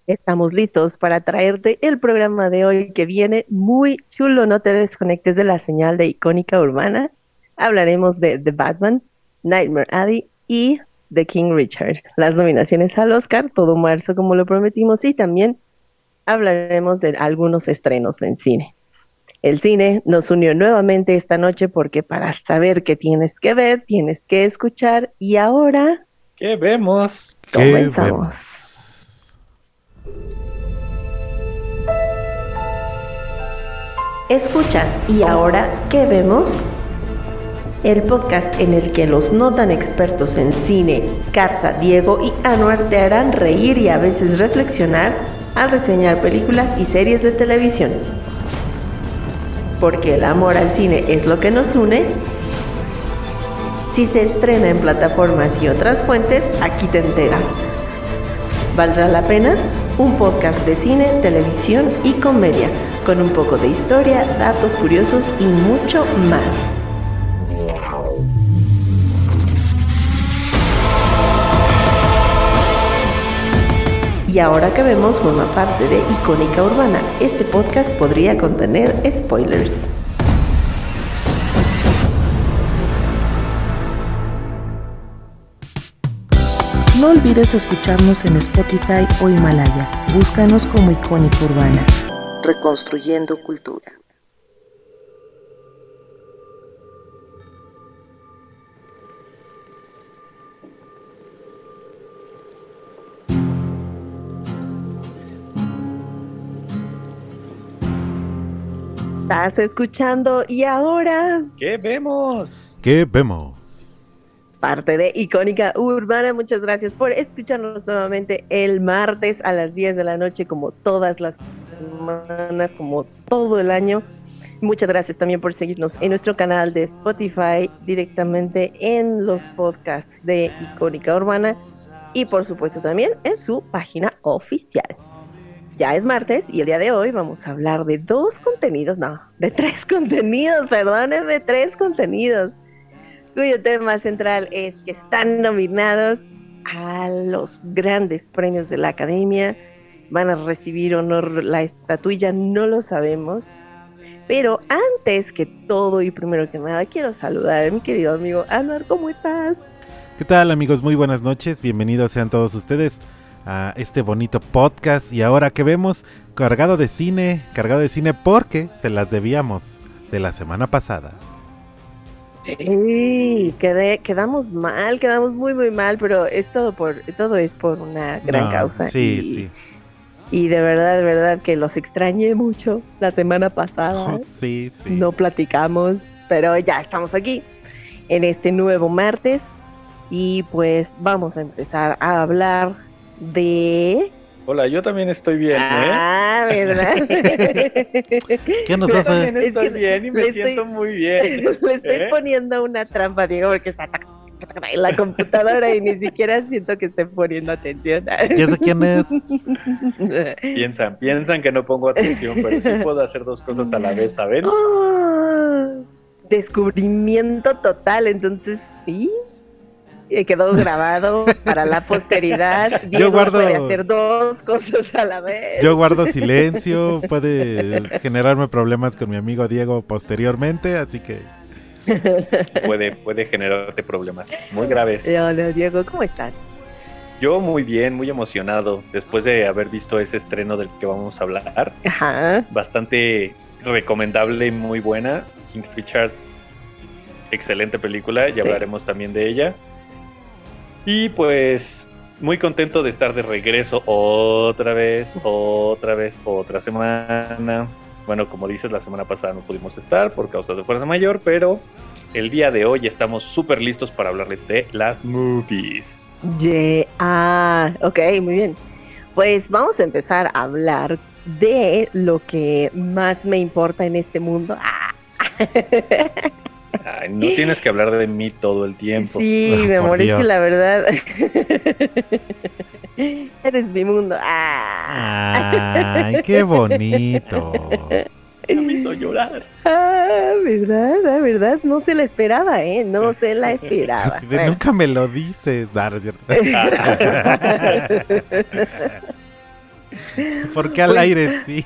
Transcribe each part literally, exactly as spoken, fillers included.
Estamos listos para traerte el programa de hoy que viene muy chulo. No te desconectes de la señal de Icónica Urbana. Hablaremos de The Batman, Nightmare Alley y The King Richard. Las nominaciones al Oscar, todo marzo como lo prometimos, y también hablaremos de algunos estrenos en cine. El cine nos unió nuevamente esta noche porque para saber qué tienes que ver, tienes que escuchar y ahora ¿Qué vemos? ¿Qué comenzamos. vemos? Escuchas ¿Y ahora qué vemos? El podcast en el que los no tan expertos en cine, Katza, Diego y Anwar te harán reír y a veces reflexionar al reseñar películas y series de televisión. Porque el amor al cine es lo que nos une. Si se estrena en plataformas y otras fuentes, aquí te enteras. ¿Valdrá la pena? Un podcast de cine, televisión y comedia, con un poco de historia, datos curiosos y mucho más. Y ahora que vemos forma parte de Icónica Urbana, este podcast podría contener spoilers. No olvides escucharnos en Spotify o Himalaya. Búscanos como Icónica Urbana. Reconstruyendo cultura. Estás escuchando y ahora ¿Qué vemos? ¿Qué vemos? parte de Icónica Urbana. Muchas gracias por escucharnos nuevamente el martes a las diez de la noche, como todas las semanas, como todo el año. Muchas gracias también por seguirnos en nuestro canal de Spotify, directamente en los podcasts de Icónica Urbana y por supuesto también en su página oficial. Ya es martes y el día de hoy vamos a hablar de dos contenidos, no, de tres contenidos, perdónenme, tres contenidos, cuyo tema central es que están nominados a los grandes premios de la Academia. Van a recibir honor la estatuilla, no lo sabemos. Pero antes que todo y primero que nada, quiero saludar a mi querido amigo Anwar. ¿Cómo estás? ¿Qué tal, amigos? Muy buenas noches. Bienvenidos sean todos ustedes a este bonito podcast. Y ahora que vemos, cargado de cine, cargado de cine porque se las debíamos de la semana pasada. Sí, quedé, quedamos mal, quedamos muy muy mal, pero es todo por, todo es por una gran No, causa. Sí, y, sí. Y de verdad, de verdad que los extrañé mucho la semana pasada. Sí, sí. No platicamos, pero ya estamos aquí en este nuevo martes y pues vamos a empezar a hablar de... Hola, yo también estoy bien, ¿eh? Ah, ¿verdad? ¿Qué nos Yo hace? también estoy Es que bien y me le siento estoy- muy bien. Le estoy ¿Eh? poniendo una trampa, Diego, porque está en la computadora y ni siquiera siento que esté poniendo atención. Ya sé quién es. Piensan, piensan que no pongo atención, pero sí puedo hacer dos cosas a la vez, ¿saben? Oh, descubrimiento total, entonces sí, eh, quedó grabado para la posteridad. Diego guardo- puede hacer dos cosas a la vez. Yo guardo silencio, puede generarme problemas con mi amigo Diego posteriormente, así que Puede, puede generarte problemas muy graves. Hola, Diego, ¿cómo estás? Yo muy bien, muy emocionado después de haber visto ese estreno del que vamos a hablar. Ajá. Bastante recomendable y muy buena. King Richard, excelente película, ya Sí. hablaremos también de ella. Y pues muy contento de estar de regreso otra vez, otra vez, otra semana. Bueno, como dices, la semana pasada no pudimos estar por causa de fuerza mayor, pero el día de hoy estamos súper listos para hablarles de las movies. Yeah. Ah, ok, muy bien. Pues vamos a empezar a hablar de lo que más me importa en este mundo. Ah. Ay, no tienes que hablar de mí todo el tiempo. Sí, Oh, mi por amor, es que Dios. la verdad. Eres mi mundo. Ah. ay, qué bonito. Me hizo llorar. Ah, ¿verdad? Ah, ¿verdad? No se la esperaba, ¿eh? No se la esperaba. Así de, Bueno. nunca me lo dices. No, no es cierto. ¿Por qué al aire? Sí.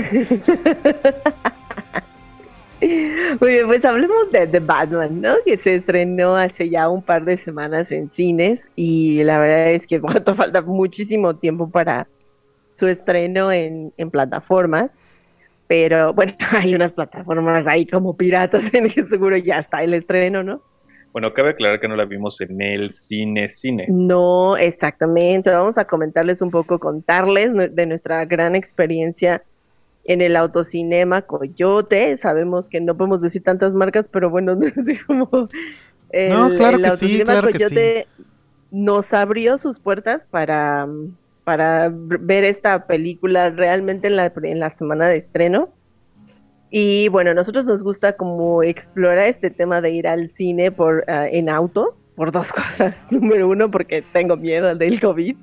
Muy bien, pues hablemos de, de Batman, ¿no? Que se estrenó hace ya un par de semanas en cines y la verdad es que bueno, falta muchísimo tiempo para su estreno en, en plataformas, pero bueno, hay unas plataformas ahí como piratas en que seguro ya está el estreno, ¿no? Bueno, cabe aclarar que no la vimos en el cine cine. No, exactamente. Vamos a comentarles un poco, contarles nu- de nuestra gran experiencia en el Autocinema Coyote. Sabemos que no podemos decir tantas marcas, pero bueno, así como el, No, claro el que sí, Autocinema claro que Coyote nos abrió sus puertas para, para ver esta película realmente en la, en la semana de estreno. Y bueno, a nosotros nos gusta como explorar este tema de ir al cine por ah, en auto, por dos cosas. Número uno, porque tengo miedo del COVID.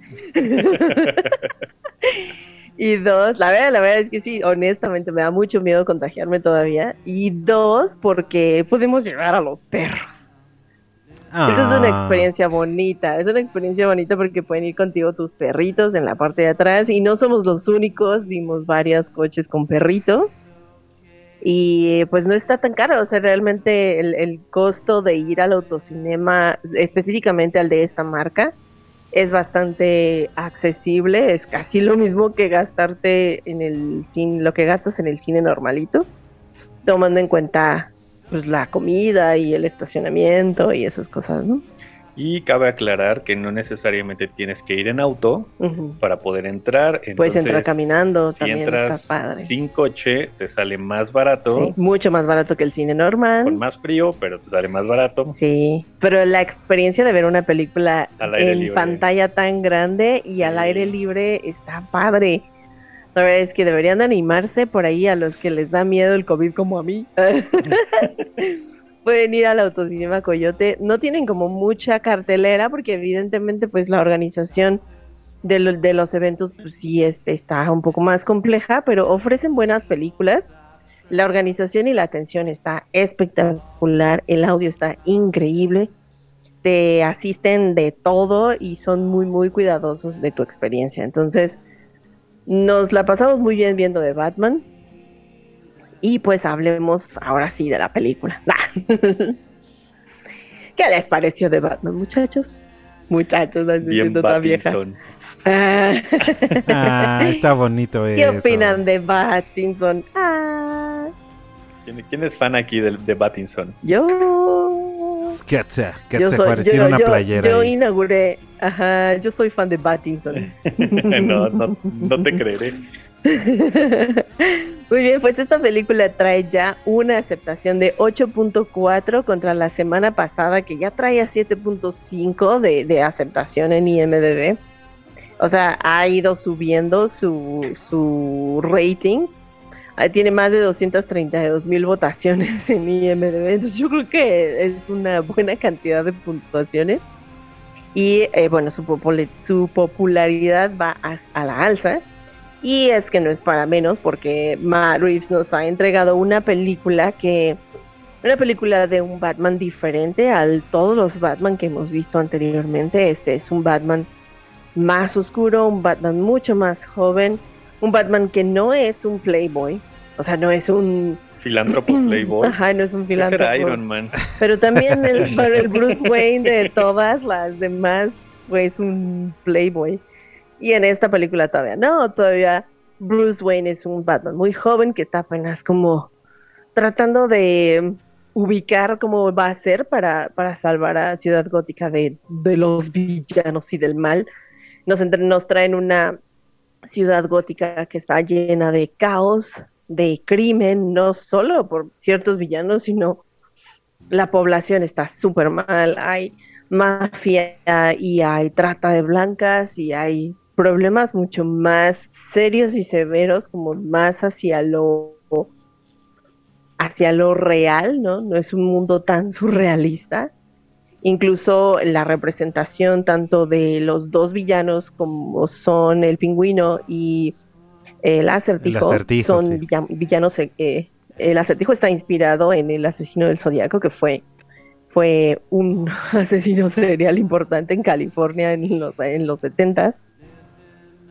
Y dos, la verdad, la verdad es que sí, honestamente me da mucho miedo contagiarme todavía. Y dos, porque podemos llevar a los perros. Esta es una Ah, experiencia bonita, es una experiencia bonita porque pueden ir contigo tus perritos en la parte de atrás y no somos los únicos, vimos varios coches con perritos y pues no está tan caro, o sea, realmente el, el costo de ir al autocinema, específicamente al de esta marca, es bastante accesible, es casi lo mismo que gastarte en el cine, lo que gastas en el cine normalito, tomando en cuenta pues la comida y el estacionamiento y esas cosas, ¿no? Y cabe aclarar que no necesariamente tienes que ir en auto Uh-huh. para poder entrar. Entonces, Puedes entrar caminando, si también entras está padre. sin coche, te sale más barato, Sí, mucho más barato que el cine normal. con más frío, pero te sale más barato. Sí, pero la experiencia de ver una película Al aire en libre. pantalla tan grande y Sí. al aire libre está padre. La verdad es que deberían de animarse por ahí a los que les da miedo el COVID como a mí. Pueden ir al Autocinema Coyote. No tienen como mucha cartelera porque evidentemente pues la organización de, lo- de los eventos pues sí es, está un poco más compleja, pero ofrecen buenas películas. La organización y la atención está espectacular, el audio está increíble, te asisten de todo y son muy muy cuidadosos de tu experiencia. Entonces, nos la pasamos muy bien viendo de Batman. Y pues hablemos ahora sí de la película. ¿Qué les pareció de Batman, muchachos? Muchachos, no estoy Bien siendo tan vieja. Pattinson. Ah. ah, está bonito ¿Qué eso. opinan de Pattinson? Ah, ¿Quién, quién es fan aquí de, de Pattinson? yo. Quetzal, Yo Quetzal soy- Juárez yo- tiene una yo- playera Yo ahí. inauguré, ajá, yo soy fan de Pattinson. no, no, no te creeré. Muy bien, pues esta película trae ya una aceptación de ocho punto cuatro contra la semana pasada que ya traía siete punto cinco de, de aceptación en I M D B. O sea, ha ido subiendo su, su rating. Ah, tiene más de doscientas treinta y dos mil votaciones en I M D B. Entonces yo creo que es una buena cantidad de puntuaciones. Y eh, bueno, su, popul- su popularidad va a, a la alza. Y es que no es para menos porque Matt Reeves nos ha entregado una película que... Una película de un Batman diferente a todos los Batman que hemos visto anteriormente. Este es un Batman más oscuro, un Batman mucho más joven, un Batman que no es un playboy, o sea, no es un... Filántropo Playboy. Ajá, no es un Ese era filántropo. Iron Man. Pero también el, el Bruce Wayne de todas las demás, pues un playboy. Y en esta película todavía no, todavía Bruce Wayne es un Batman muy joven que está apenas como tratando de ubicar cómo va a ser para, para salvar a Ciudad Gótica de, de los villanos y del mal. Nos, entre, nos traen una ciudad gótica que está llena de caos, de crimen, no solo por ciertos villanos, sino la población está súper mal, hay mafia y hay trata de blancas y hay problemas mucho más serios y severos, como más hacia lo hacia lo real, ¿no? No es un mundo tan surrealista. Incluso la representación tanto de los dos villanos como son el Pingüino y el Acertijo, El Acertijo, son sí. villa- villanos. Eh, el Acertijo está inspirado en el asesino del Zodiaco, que fue, fue un asesino serial importante en California en los, en los setentas.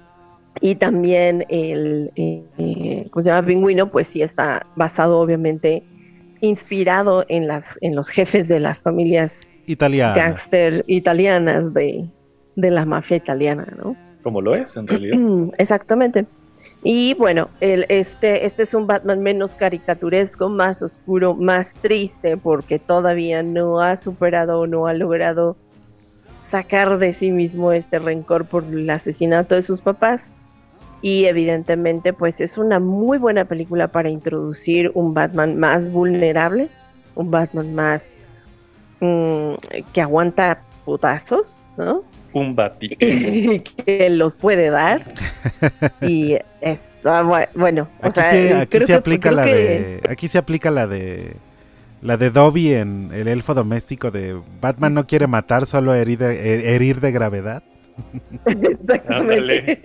Y también el, eh, ¿cómo se llama? Pingüino, pues sí está basado, obviamente, inspirado en las en los jefes de las familias Italiana. gángster italianas de, de la mafia italiana, ¿no? Como lo es, en realidad. Exactamente. Y bueno, el, este, este es un Batman menos caricaturesco, más oscuro, más triste, porque todavía no ha superado o no ha logrado sacar de sí mismo este rencor por el asesinato de sus papás. Y evidentemente, pues es una muy buena película para introducir un Batman más vulnerable, un Batman más mmm, que aguanta putazos, ¿no? Un batito. Que los puede dar. Y es ah, bueno. Aquí o sea, se, aquí se que, aplica la que... de. Aquí se aplica la de. La de Dobby en El elfo doméstico de Batman no quiere matar, solo herir de, herir de gravedad. Exactamente.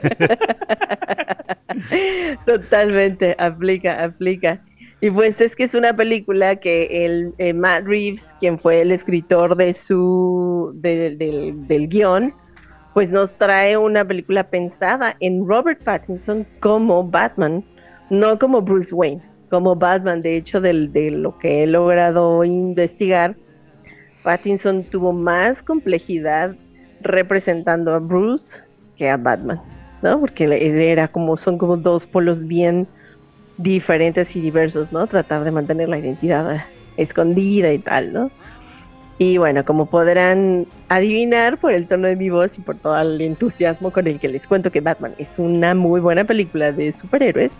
Totalmente, aplica, aplica. Y pues es que es una película que el eh, Matt Reeves, quien fue el escritor de su de, de, del guión, pues nos trae una película pensada en Robert Pattinson como Batman, no como Bruce Wayne, como Batman. De hecho, del, de lo que he logrado investigar, Pattinson tuvo más complejidad representando a Bruce que a Batman, ¿no? Porque él era como, son como dos polos bien diferentes y diversos, ¿no? Tratar de mantener la identidad escondida y tal, ¿no? Y bueno, como podrán adivinar por el tono de mi voz y por todo el entusiasmo con el que les cuento que Batman es una muy buena película de superhéroes,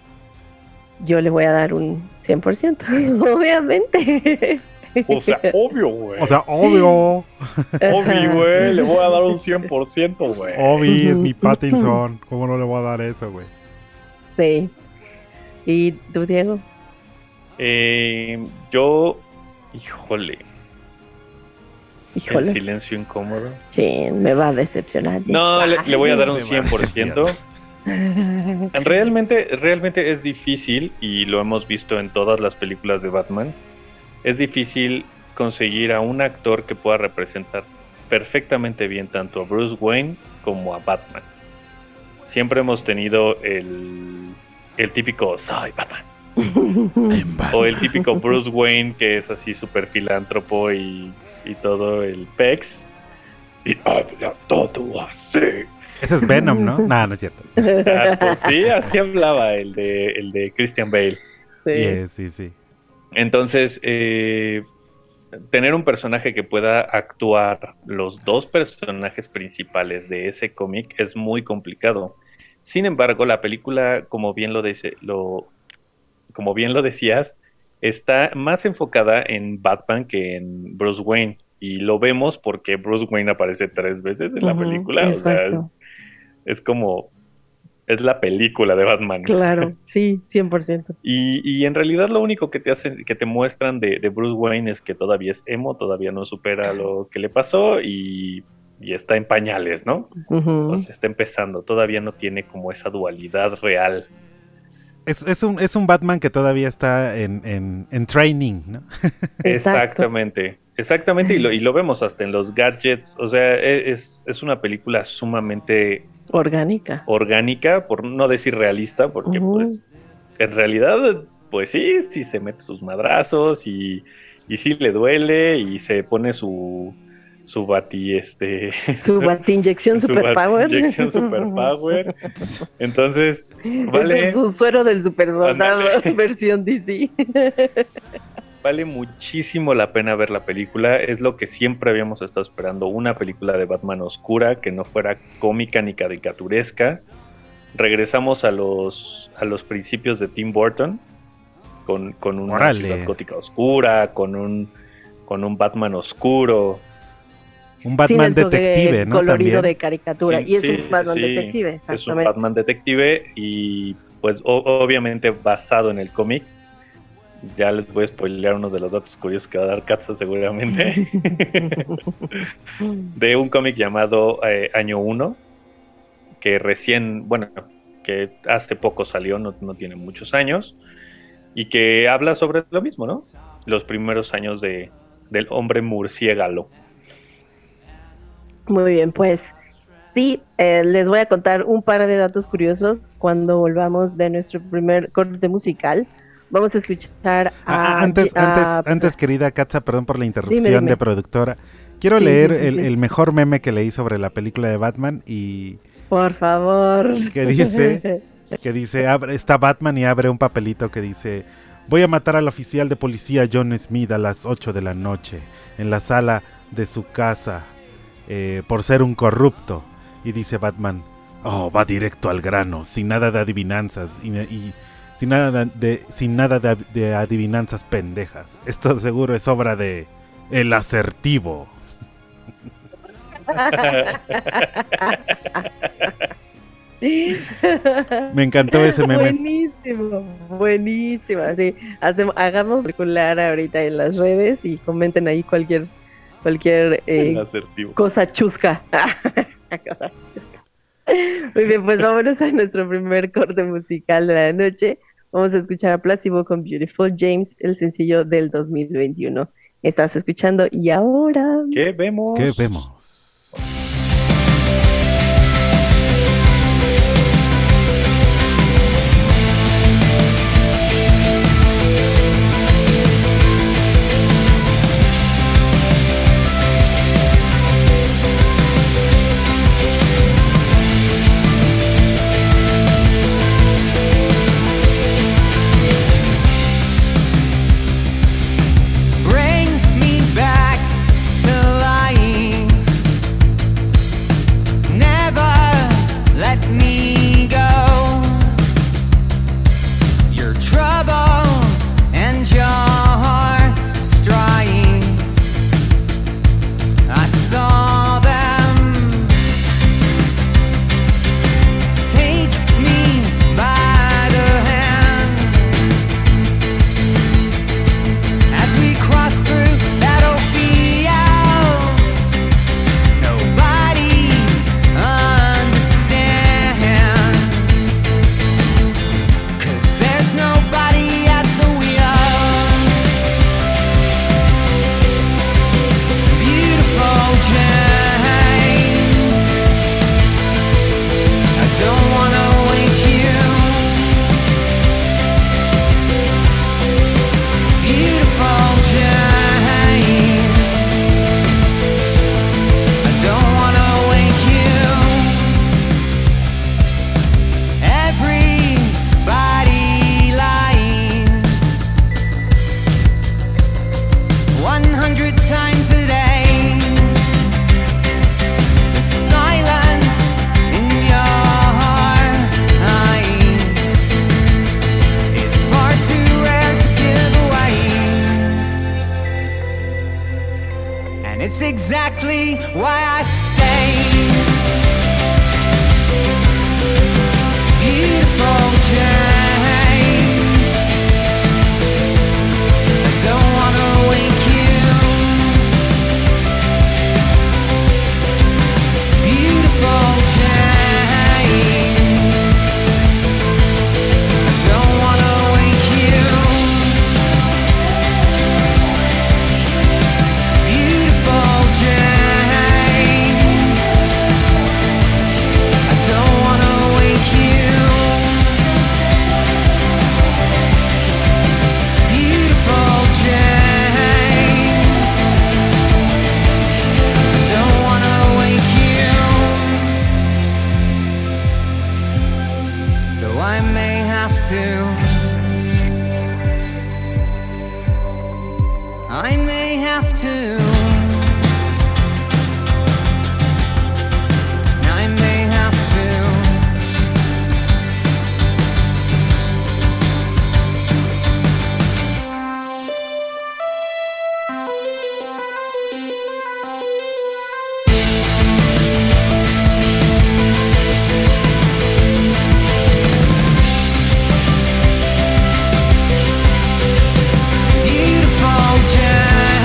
yo le voy a dar un cien por ciento, obviamente. O sea, obvio, güey. O sea, obvio. Obvio, güey. Le voy a dar un cien por ciento, güey. Obvio, es mi Pattinson. ¿Cómo no le voy a dar eso, güey? Sí. ¿Y tú, Diego? Eh, yo, híjole. Híjole. El silencio incómodo. Sí, me va a decepcionar. No, le, le voy a dar un Me va a cien por ciento. Realmente, realmente es difícil, y lo hemos visto en todas las películas de Batman, es difícil conseguir a un actor que pueda representar perfectamente bien tanto a Bruce Wayne como a Batman. Siempre hemos tenido el, el típico soy Batman. O el típico Bruce Wayne que es así súper filántropo y, y todo el pex. Y habla todo así. Ese es Venom, ¿no? No, no es cierto. Ah, pues sí, así hablaba el de, el de Christian Bale. Sí. Yeah, sí, sí. Entonces, eh, tener un personaje que pueda actuar los dos personajes principales de ese cómic es muy complicado. Sin embargo, la película, como bien lo dice, lo, como bien lo decías, está más enfocada en Batman que en Bruce Wayne. Y lo vemos porque Bruce Wayne aparece tres veces en la Ujú, película. O sea, exacto. es, es como... es la película de Batman. Claro, sí, cien por ciento. Y, y en realidad lo único que te hacen, que te muestran de, de Bruce Wayne es que todavía es emo, todavía no supera lo que le pasó y, y está en pañales, ¿no? Uh-huh. O sea, está empezando, todavía no tiene como esa dualidad real. Es, es, un, es un Batman que todavía está en, en, en training, ¿no? Exactamente, exactamente, y lo, y lo vemos hasta en los gadgets. O sea, es, es una película sumamente orgánica. Orgánica, por no decir realista, porque uh-huh. pues en realidad, pues sí, sí se mete sus madrazos y, y sí le duele y se pone su su bati este su bati inyección super power. Inyección super power. Entonces, vale. Es un suero del super soldado versión D C. Vale muchísimo la pena ver la película, es lo que siempre habíamos estado esperando, una película de Batman oscura, que no fuera cómica ni caricaturesca. Regresamos a los a los principios de Tim Burton, con, con una Órale. ciudad gótica oscura, con un, con un Batman oscuro. Un Batman sí, detective, ¿no? Colorido También. de caricatura, Sí, y es sí, un Batman sí, detective, exactamente. Es un Batman detective y pues o, obviamente basado en el cómic. Ya les voy a spoilear unos de los datos curiosos que va a dar Katza seguramente. De un cómic llamado eh, Año uno, que recién, bueno, que hace poco salió, no, no tiene muchos años, y que habla sobre lo mismo, ¿no? Los primeros años de, del hombre murciélago. Muy bien, pues Sí, eh, les voy a contar un par de datos curiosos cuando volvamos de nuestro primer corte musical. Vamos a escuchar a... Ah, antes, a, antes, a antes, querida Katza, perdón por la interrupción dime, dime. de productora. Quiero Sí, leer sí, sí, el, sí. el mejor meme que leí sobre la película de Batman y Por favor. que dice, que dice, abre, está Batman y abre un papelito que dice: voy a matar al oficial de policía John Smith a las ocho de la noche en la sala de su casa eh, por ser un corrupto. Y dice Batman: oh, va directo al grano, sin nada de adivinanzas y, y sin nada de, sin nada de, de adivinanzas pendejas. Esto seguro es obra de El Asertivo. Me encantó ese meme. Buenísimo, buenísimo. Sí, hacemos, hagamos circular ahorita en las redes y comenten ahí cualquier cualquier eh, cosa chusca. Cosa chusca. Muy bien, pues vámonos a nuestro primer corte musical de la noche. Vamos a escuchar a Placebo con Beautiful James, el sencillo del dos mil veintiuno. Estás escuchando Y Ahora. ¿Qué vemos? ¿Qué vemos? Exactly why I stay. Beautiful James, I don't wanna wake you. Beautiful James, I don't wanna wake you. Beautiful James, I don't wanna wake you. Beautiful James, I don't wanna wake you. Though I may have to, I may have to. Beautiful James.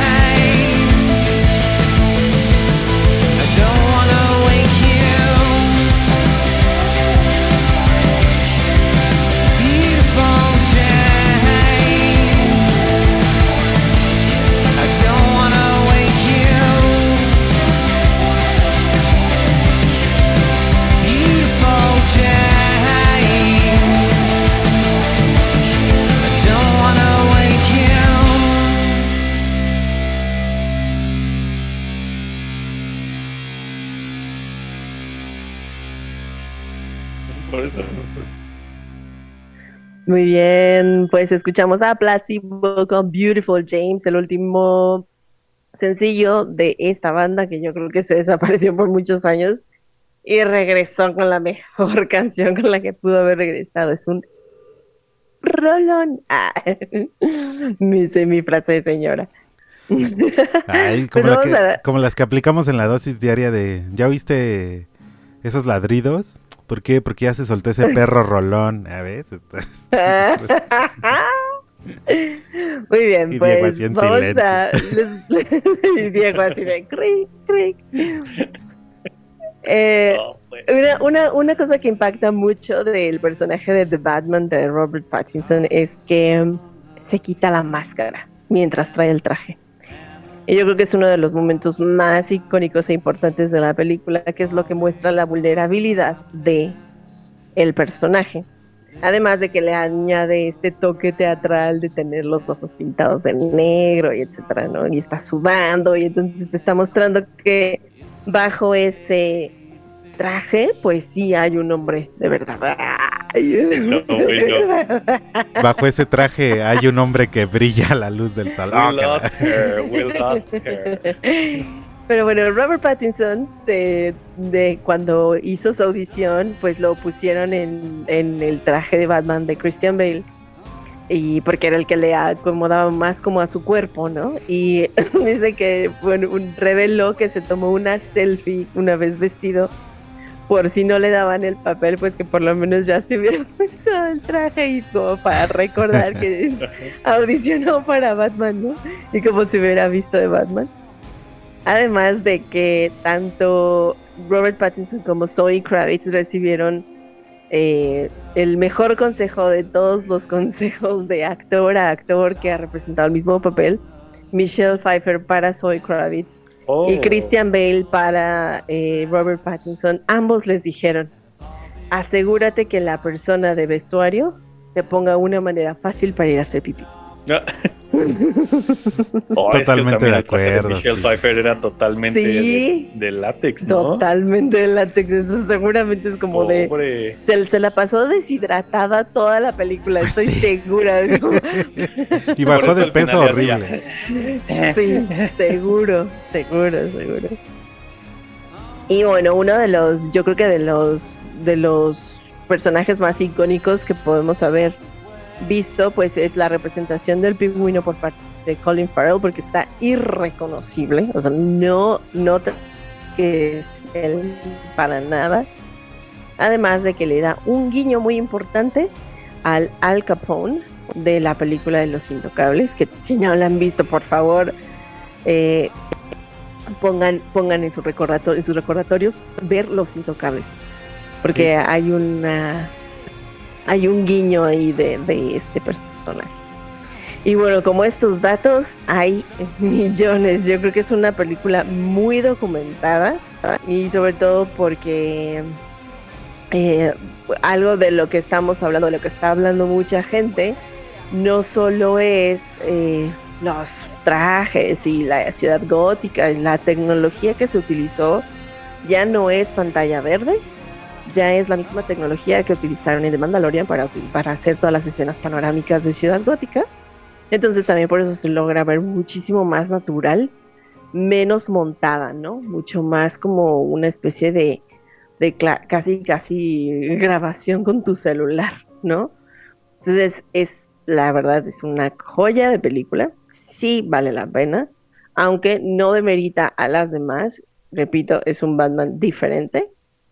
por eso. Muy bien, pues escuchamos a Placebo con Beautiful James, el último sencillo de esta banda que yo creo que se desapareció por muchos años y regresó con la mejor canción con la que pudo haber regresado. Es un rolón. Ah, me hice mi frase de señora. Ay, Pues como, la vamos que- a- como las que aplicamos en la dosis diaria de... ¿Ya oíste esos ladridos? ¿Por qué? Porque ya se soltó ese perro rolón. A ver, Muy bien, Y pues Diego así en vamos silencio. a... y Diego así de cric, cric. Eh, No, pues. una, una, una cosa que impacta mucho del personaje de The Batman de Robert Pattinson es que um, se quita la máscara mientras trae el traje. Y yo creo que es uno de los momentos más icónicos e importantes de la película, que es lo que muestra la vulnerabilidad de el personaje. Además de que le añade este toque teatral de tener los ojos pintados de negro y etcétera, ¿no? Y está sudando y entonces te está mostrando que bajo ese traje, pues sí hay un hombre de verdad. Ay. No, bueno. Bajo ese traje hay un hombre que brilla a la luz del sol. We Ah, que la- lost her, we lost her. Pero bueno, Robert Pattinson, de, de cuando hizo su audición, pues lo pusieron en, en el traje de Batman de Christian Bale. Y porque era el que le acomodaba más como a su cuerpo, ¿no? Y dice que, bueno, un, reveló que se tomó una selfie una vez vestido, por si no le daban el papel, pues que por lo menos ya se hubiera puesto el traje y como para recordar que audicionó para Batman, ¿no? Y como se hubiera visto de Batman. Además de que tanto Robert Pattinson como Zoe Kravitz recibieron eh, el mejor consejo de todos los consejos de actor a actor que ha representado el mismo papel. Michelle Pfeiffer para Zoe Kravitz Oh. y Christian Bale para eh, Robert Pattinson. Ambos les dijeron: asegúrate que la persona de vestuario te ponga una manera fácil para ir a hacer pipí. No. Oh, es que Totalmente también de el traje acuerdo, Michelle sí, Pfeiffer era totalmente Sí. de, de látex, ¿no? Totalmente de látex. Eso seguramente es como de... Pobre. Se, se la pasó deshidratada toda la película, Pues estoy sí. segura. Es como- Y Por bajó eso de al peso final ya horrible. Sí, seguro, seguro, seguro. Y bueno, uno de los, yo creo que de los, de los personajes más icónicos que podemos haber visto, pues es la representación del pingüino por parte de Colin Farrell, porque está irreconocible, o sea, no, no te- que es él para nada. Además de que le da un guiño muy importante al Al Capone de la película de Los Intocables, que si no la han visto, por favor, eh, pongan, pongan en, su recordato- en sus recordatorios ver Los Intocables, porque Sí. hay una hay un guiño ahí de, de este personaje. Y bueno, como estos datos, hay millones. Yo creo que es una película muy documentada y sobre todo porque eh, algo de lo que estamos hablando, de lo que está hablando mucha gente, no solo es eh, los trajes y la ciudad gótica, la tecnología que se utilizó, ya no es pantalla verde, ya es la misma tecnología que utilizaron en The Mandalorian para, para hacer todas las escenas panorámicas de Ciudad Gótica. Entonces también por eso se logra ver muchísimo más natural, menos montada, ¿no? Mucho más como una especie de, de cla- casi, casi grabación con tu celular, ¿no? Entonces es, la verdad, es una joya de película. Sí vale la pena, aunque no demerita a las demás. Repito, es un Batman diferente.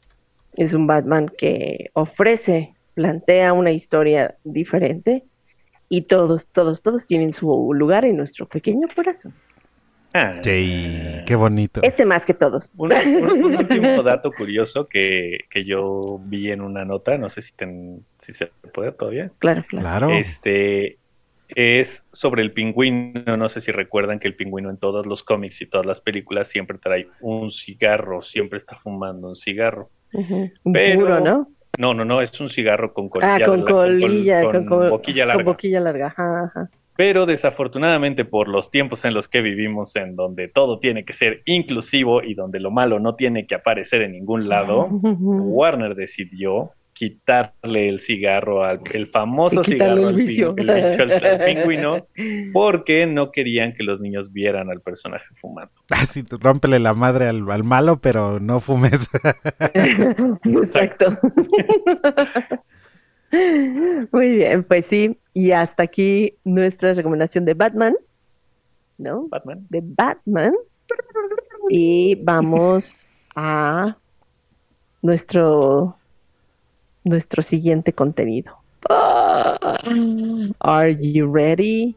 Es un Batman que ofrece, plantea una historia diferente y todos, todos, todos tienen su lugar en nuestro pequeño corazón. Ah. Sí, qué bonito. Este más que todos. Un, un- un último dato curioso que, que yo vi en una nota, no sé si, ten- si se puede todavía. Claro, claro. Claro. Este es sobre el pingüino. No sé si recuerdan que el pingüino en todos los cómics y todas las películas siempre trae un cigarro, siempre está fumando un cigarro. Ujú. Un Pero- puro, ¿no? No, no, no, es un cigarro con colilla, Ah, con la- col- colilla, con, con, con- boquilla con larga. boquilla larga. Ajá, ajá. Pero desafortunadamente por los tiempos en los que vivimos, en donde todo tiene que ser inclusivo y donde lo malo no tiene que aparecer en ningún lado, Warner decidió quitarle el cigarro, al, el famoso Y quitarle cigarro el al, pin- vicio. el vicio al, al pingüino, porque no querían que los niños vieran al personaje fumando. Así, tú rómpele la madre al, al malo, pero no fumes. Exacto. Muy bien, pues sí, y hasta aquí nuestra recomendación de Batman, ¿no? Batman. De Batman. Y vamos a nuestro nuestro siguiente contenido. Ah, Are you ready?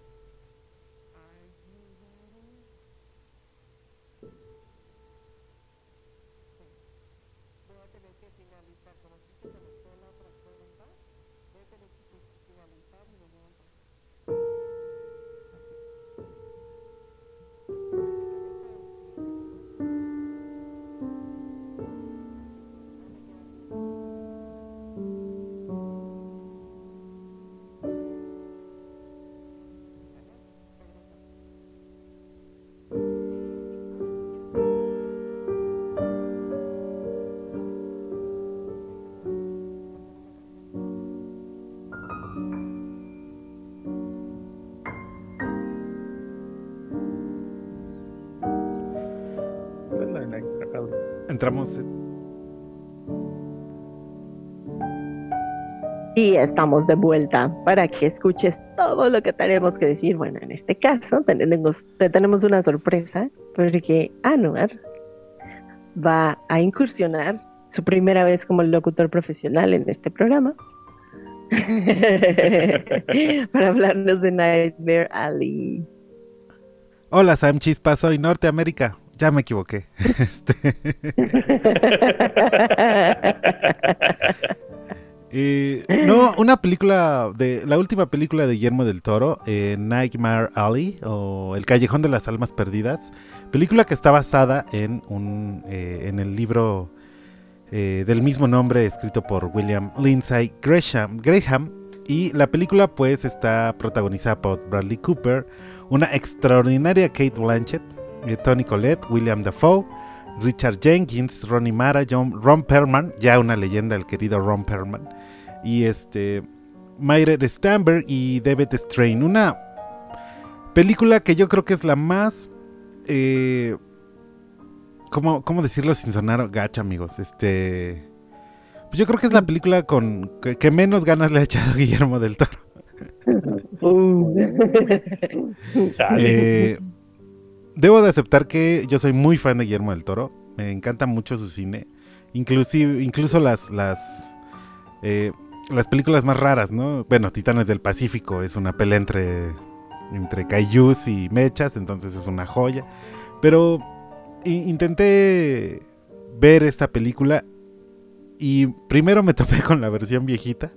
Entramos. en- Y estamos de vuelta para que escuches todo lo que tenemos que decir. Bueno, en este caso tenemos, te tenemos una sorpresa porque Anuar va a incursionar su primera vez como locutor profesional en este programa para hablarnos de Nightmare Alley. Hola, Sam Chispa, soy Norteamérica. Ya me equivoqué. Este, eh, no, una película de la última película de Guillermo del Toro, eh, Nightmare Alley o El Callejón de las Almas Perdidas, película que está basada en un eh, en el libro eh, del mismo nombre escrito por William Lindsay Gresham, Graham, y la película pues está protagonizada por Bradley Cooper, una extraordinaria Kate Blanchett, eh, Toni Collette, William Dafoe, Richard Jenkins, Ronnie Mara, John, Ron Perlman, ya una leyenda, el querido Ron Perlman, y este Mayred Stamberg y David Strain. Una película que yo creo que es la más eh, ¿cómo, ¿cómo decirlo sin sonar gacho, amigos? Este pues yo creo que es la película con que, que menos ganas le ha echado Guillermo del Toro. Uh. Eh, debo de aceptar que yo soy muy fan de Guillermo del Toro. Me encanta mucho su cine. Inclusive, incluso las las, eh, las películas más raras, ¿no? Bueno, Titanes del Pacífico es una pelea entre, entre kaijus y mechas, entonces es una joya. Pero i- intenté ver esta película y primero me topé con la versión viejita.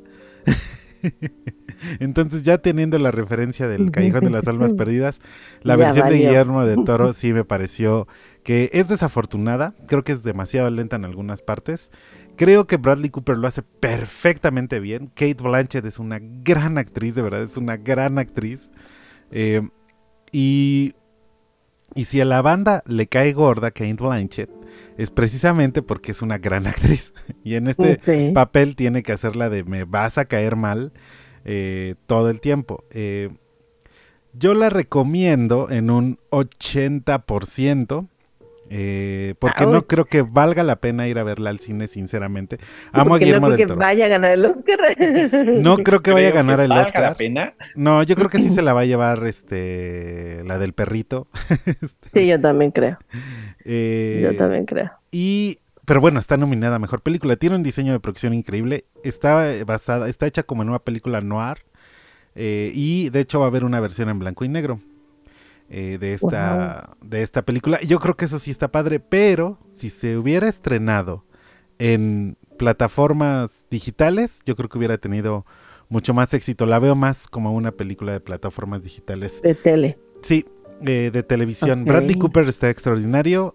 Entonces, ya teniendo la referencia del Callejón de las Almas Perdidas, la Ya versión de valió. Guillermo del Toro sí me pareció que es desafortunada. Creo que es demasiado lenta en algunas partes. Creo que Bradley Cooper lo hace perfectamente bien. Kate Blanchett es una gran actriz, de verdad, es una gran actriz. Eh, y, y si a la banda le cae gorda Kate Blanchett, es precisamente porque es una gran actriz. Y en este Sí. papel tiene que hacerla de me vas a caer mal eh, todo el tiempo. Eh, yo la recomiendo en un ochenta por ciento. Eh, porque no Ouch. creo que valga la pena ir a verla al cine, sinceramente. Amo a Porque Guillermo no creo del que Toro. vaya a ganar el Oscar. No creo que vaya a Creo ganar que el valga Oscar. la pena. No, yo creo que sí se la va a llevar este la del perrito. Este, Sí, yo también creo. eh, Yo también creo. Y pero bueno, está nominada a mejor película. Tiene un diseño de producción increíble. Está eh, basada, está hecha como en una película noir. eh, y de hecho va a haber una versión en blanco y negro eh, de esta de esta película. Yo creo que eso sí está padre, pero si se hubiera estrenado en plataformas digitales, yo creo que hubiera tenido mucho más éxito. La veo más como una película de plataformas digitales. De tele. Sí, eh, de televisión. Ok. Bradley Cooper está extraordinario,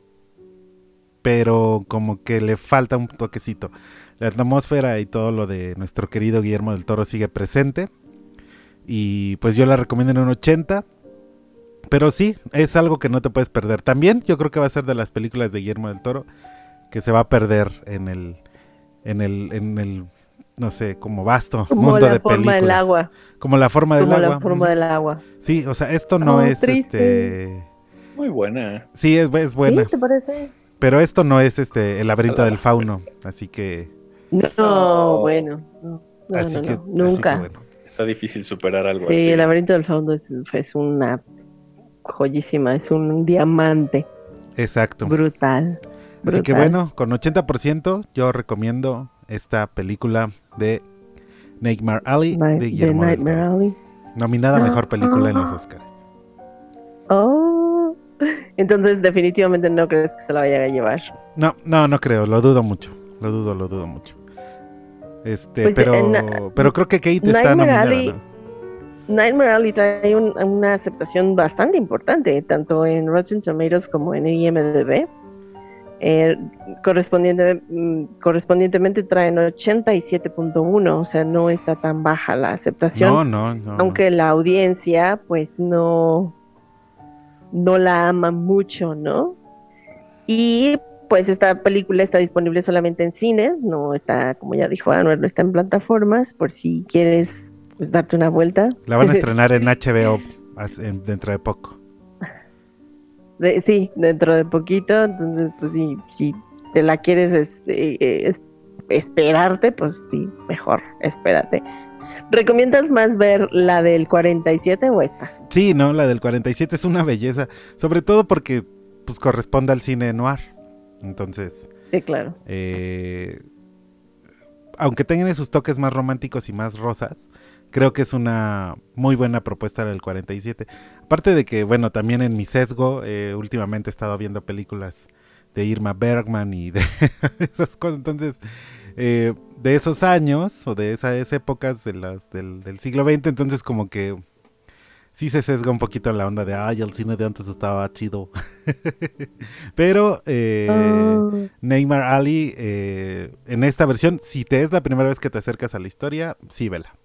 pero como que le falta un toquecito. La atmósfera y todo lo de nuestro querido Guillermo del Toro sigue presente. Y pues yo la recomiendo en un ochenta. Pero sí, es algo que no te puedes perder. También yo creo que va a ser de las películas de Guillermo del Toro que se va a perder en el en el en el no sé, como vasto Como mundo la de forma películas. del agua. Como la forma del Como agua. la forma del agua. Sí, o sea, esto no Oh, es triste. este... Muy buena. Sí, es, es buena. ¿Sí? ¿Te parece? Pero esto no es este el laberinto del fauno, así que... No, No. bueno. No, no, así no, que, no, así nunca. que bueno. Está difícil superar algo Sí, así. el laberinto del fauno es, es una joyísima, es un diamante Exacto. brutal. Así que brutal. bueno, con ochenta por ciento yo recomiendo esta película de Nightmare Alley Night- de de Guillermo del Nightmare Toro. Alley. Nominada a Mejor Película en los Oscars. Oh, entonces definitivamente no crees que se la vayan a llevar. No, no, no creo, lo dudo mucho. Lo dudo, lo dudo mucho. Este, Pues, pero, eh, na- pero creo que Kate está Nightmare nominada, Alley- ¿no? Nightmare Alley trae un- una aceptación bastante importante, tanto en Rotten Tomatoes como en I M D B. Eh, correspondiente, mm, correspondientemente traen ochenta y siete punto uno, o sea, no está tan baja la aceptación. No, no, no. Aunque la audiencia pues no no la ama mucho, ¿no? Y pues esta película está disponible solamente en cines, no está, como ya dijo Anuel, no está en plataformas, por si quieres pues darte una vuelta. La van a estrenar en H B O as- en- dentro de poco. De- sí, dentro de poquito, entonces pues sí, si te la quieres este, eh, es- esperarte, pues sí, mejor, espérate. ¿Recomiendas más ver la del cuarenta y siete o esta? Sí, no, la del cuarenta y siete es una belleza, sobre todo porque pues corresponde al cine noir. Entonces, Sí, claro. eh, aunque tengan sus toques más románticos y más rosas, creo que es una muy buena propuesta la del cuarenta y siete. Aparte de que, bueno, también en mi sesgo, eh, últimamente he estado viendo películas de Irma Bergman y de esas cosas. Entonces, eh, de esos años o de esas épocas de las, del, del siglo veinte, entonces como que sí se sesga un poquito la onda de, ay, el cine de antes estaba chido. Pero eh, Oh. Nightmare Alley, eh, en esta versión, si te es la primera vez que te acercas a la historia, sí, vela.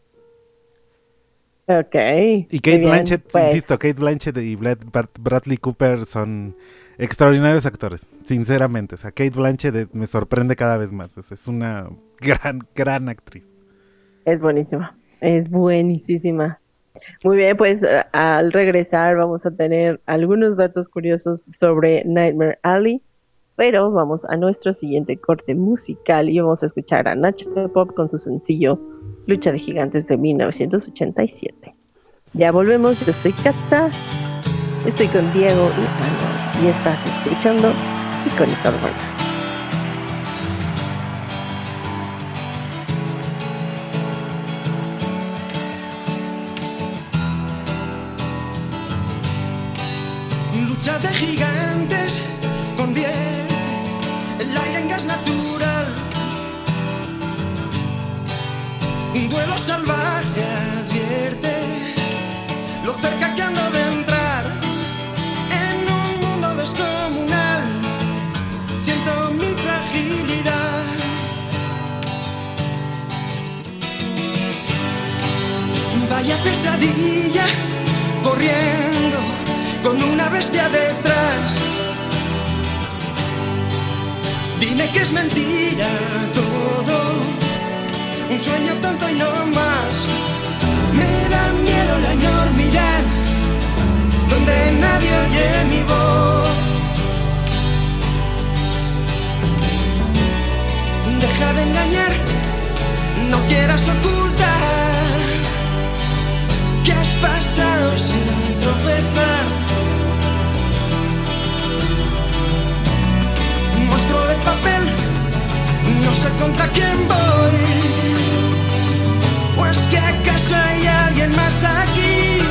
Ok. Y Kate muy bien, Blanchett, pues, insisto, Kate Blanchett y Brad- Brad- Bradley Cooper son extraordinarios actores, sinceramente. O sea, Kate Blanchett eh, me sorprende cada vez más. Es, es una gran, gran actriz. Es buenísima, es buenísima. Muy bien, pues a- al regresar vamos a tener algunos datos curiosos sobre Nightmare Alley, pero vamos a nuestro siguiente corte musical y vamos a escuchar a Nacho Pop con su sencillo Lucha de Gigantes de mil novecientos ochenta y siete. Ya volvemos, yo soy Cata, estoy con Diego y Ana y estás escuchando Icónica Urbana. Lucha de gigantes convierte el aire en gas natural. Un duelo salvaje advierte lo cerca que ando de entrar en un mundo descomunal. Siento mi fragilidad. Vaya pesadilla corriendo con una bestia detrás. Dime que es mentira todo, un sueño tonto y no más. Me da miedo la enormidad, donde nadie oye mi voz. Deja de engañar, no quieras ocultar que has pasado sin tropezar. Monstruo de papel, no sé contra quién voy. ¿O es que acaso hay alguien más aquí?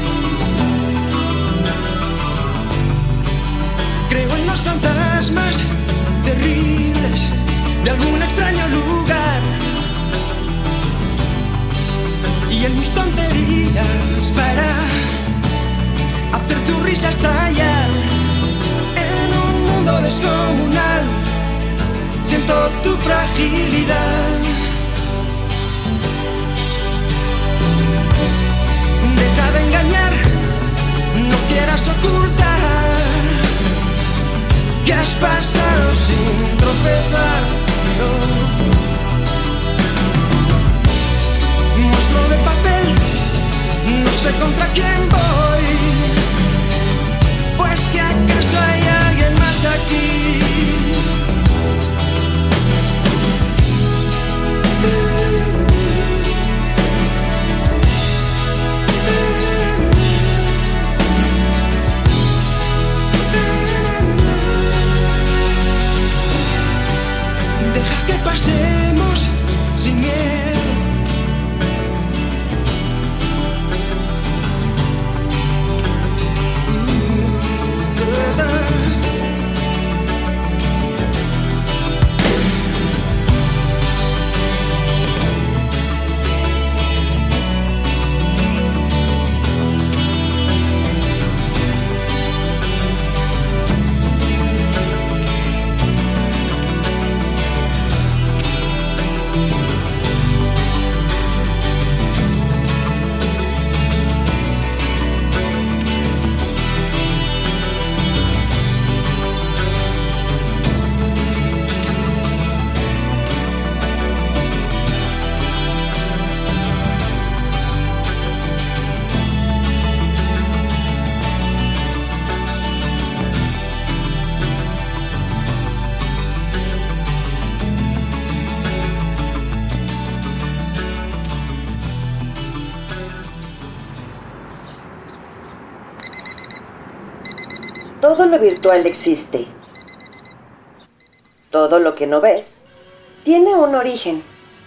Creo en los fantasmas terribles de algún extraño lugar, y en mis tonterías para hacer tu risa estallar. En un mundo descomunal siento tu fragilidad. Deja de engañar, no quieras ocultar que has pasado sin tropezar. No. sé contra quién voy. Pues que acaso hay alguien más aquí. Deja que pasemos sin miedo. Todo lo virtual existe. Todo lo que no ves tiene un origen.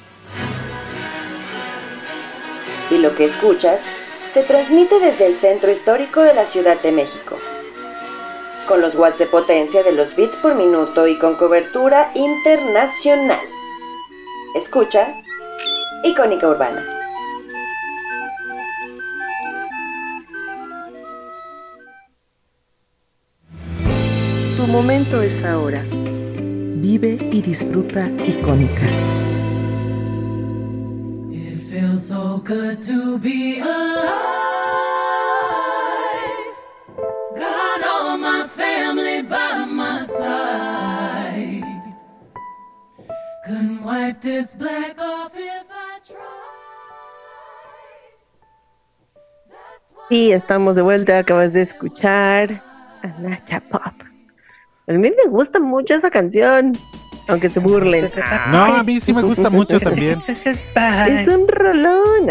Y lo que escuchas se transmite desde el centro histórico de la Ciudad de México, con los watts de potencia de los bits por minuto y con cobertura internacional. Escucha Icónica Urbana. Tu momento es ahora. Vive y disfruta Icónica. It feels so good to be alive. Got all my family by my side. Couldn't wipe this black off if I tried. Y estamos de vuelta, acabas de escuchar a Nacha Pop. A mí me gusta mucho esa canción, aunque se burlen. No, a mí sí me gusta mucho también. Es un rolón.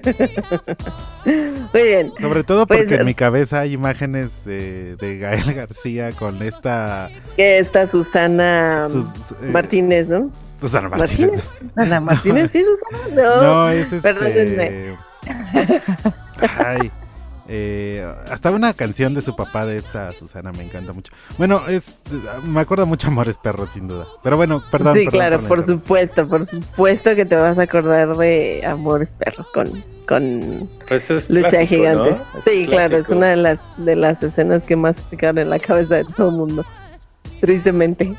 Muy bien. Sobre todo porque Pues, en mi cabeza hay imágenes de, de Gael García con esta... Que está Susana Sus- eh, Martínez, ¿no? Susana Martínez. Susana Martínez, sí, Susana. No, No, es perdónenme. este... Ay, eh, hasta una canción de su papá de esta Susana me encanta mucho. Bueno, es me acuerda mucho Amores Perros, sin duda. Pero bueno, perdón. Sí, perdón claro, la por interrupción. supuesto, por supuesto que te vas a acordar de Amores Perros con, con Pues es Lucha clásico, Gigante. ¿no? Es Sí, claro, es clásico. una de las de las escenas que más se quedan en la cabeza de todo el mundo. Tristemente.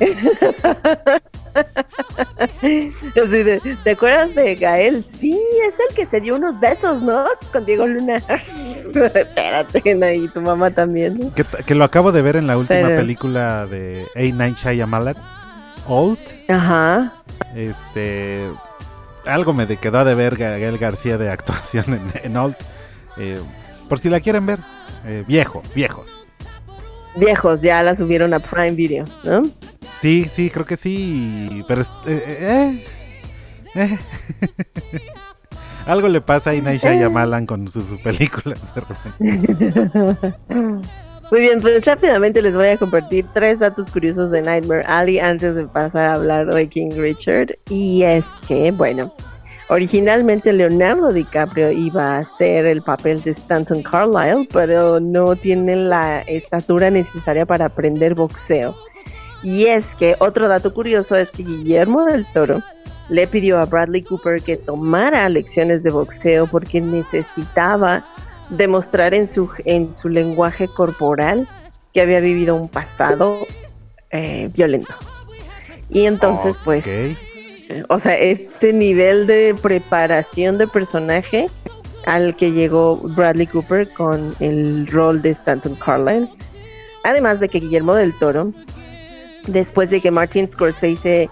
Así de, ¿te acuerdas de Gael? Sí, es el que se dio unos besos, ¿no? Con Diego Luna. Espérate, y tu mamá también, ¿no? Que, que lo acabo de ver en la última Pero- película de A. Night Shyamalan, Old. Ajá. Este, algo me de- quedó de ver Gael García de actuación en, en Old. Eh, por si la quieren ver, eh, viejos, viejos. Viejos, ya la subieron a Prime Video, ¿no? Sí, sí, creo que sí, pero es- eh, eh, eh. Algo le pasa a Night Shyamalan con sus, sus películas de repente. Muy bien, pues rápidamente les voy a compartir tres datos curiosos de Nightmare Alley antes de pasar a hablar de King Richard. Y es que, bueno, originalmente Leonardo DiCaprio iba a hacer el papel de Stanton Carlyle, pero no tiene la estatura necesaria para aprender boxeo. Y es que otro dato curioso es que Guillermo del Toro le pidió a Bradley Cooper que tomara lecciones de boxeo porque necesitaba demostrar en su, en su lenguaje corporal que había vivido un pasado eh, violento. Y entonces, pues, Ok. eh, o sea, este nivel de preparación de personaje al que llegó Bradley Cooper con el rol de Stanton Carlyle. Además de que Guillermo del Toro, después de que Martin Scorsese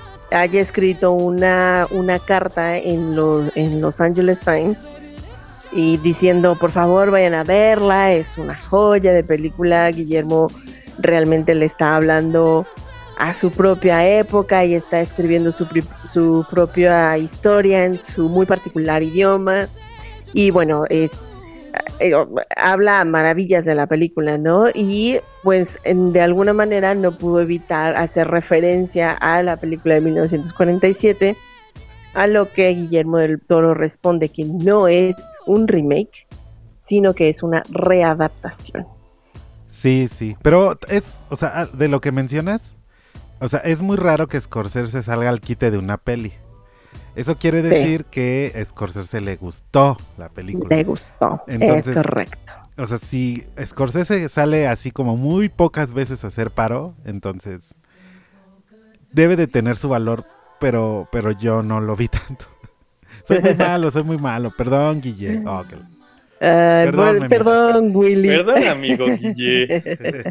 haya escrito una, una carta en, los en Los Angeles Times y diciendo, por favor, vayan a verla, es una joya de película. Guillermo realmente le está hablando a su propia época y está escribiendo su, su propia historia en su muy particular idioma. Y bueno, es, eh, habla maravillas de la película, ¿no? Y pues en, de alguna manera no pudo evitar hacer referencia a la película de mil novecientos cuarenta y siete, a lo que Guillermo del Toro responde que no es un remake, sino que es una readaptación. Sí, sí, pero es, o sea, de lo que mencionas, o sea, es muy raro que Scorsese salga al quite de una peli. Eso quiere decir sí. que a Scorsese le gustó la película. Le gustó, entonces, es correcto. O sea, si Scorsese sale así como muy pocas veces a hacer paro, entonces debe de tener su valor, pero pero yo no lo vi tanto. Soy muy malo, soy muy malo. Perdón, Guille. Oh, okay. Uh, perdón, bueno, perdón, Willy. Perdón, amigo Guille.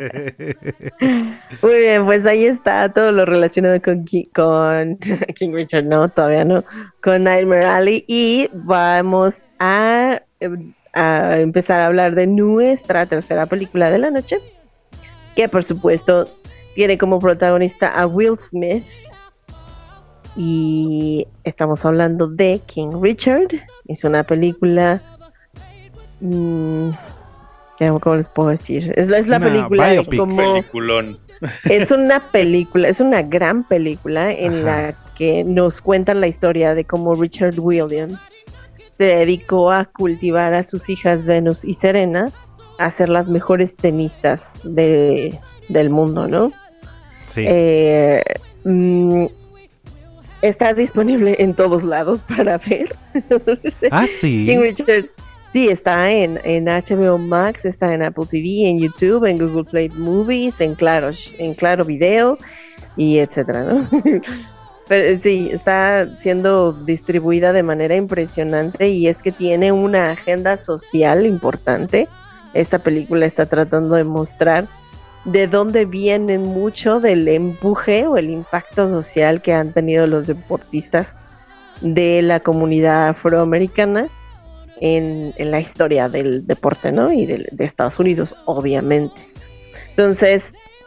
Muy bien, pues ahí está todo lo relacionado con, con King Richard, no, todavía no, con Nightmare Alley. Y vamos a, a empezar a hablar de nuestra tercera película de la noche, que por supuesto tiene como protagonista a Will Smith. Y estamos hablando de King Richard. Es una película... Mm, ¿cómo les puedo decir? Es la, es la película de como... Peliculón. Es una película, es una gran película en Ajá. la que nos cuentan la historia de cómo Richard Williams se dedicó a cultivar a sus hijas Venus y Serena a ser las mejores tenistas de, del mundo, ¿no? Sí. Eh, mm, está disponible en todos lados para ver. Ah, sí. King Richard... Sí, está en, en H B O Max, está en Apple T V, en YouTube, en Google Play Movies, en Claro, en Claro Video y etcétera, ¿no? Pero sí, está siendo distribuida de manera impresionante y es que tiene una agenda social importante. Esta película está tratando de mostrar de dónde viene mucho del empuje o el impacto social que han tenido los deportistas de la comunidad afroamericana En, en la historia del deporte, ¿no? Y de, de Estados Unidos, obviamente. Entonces,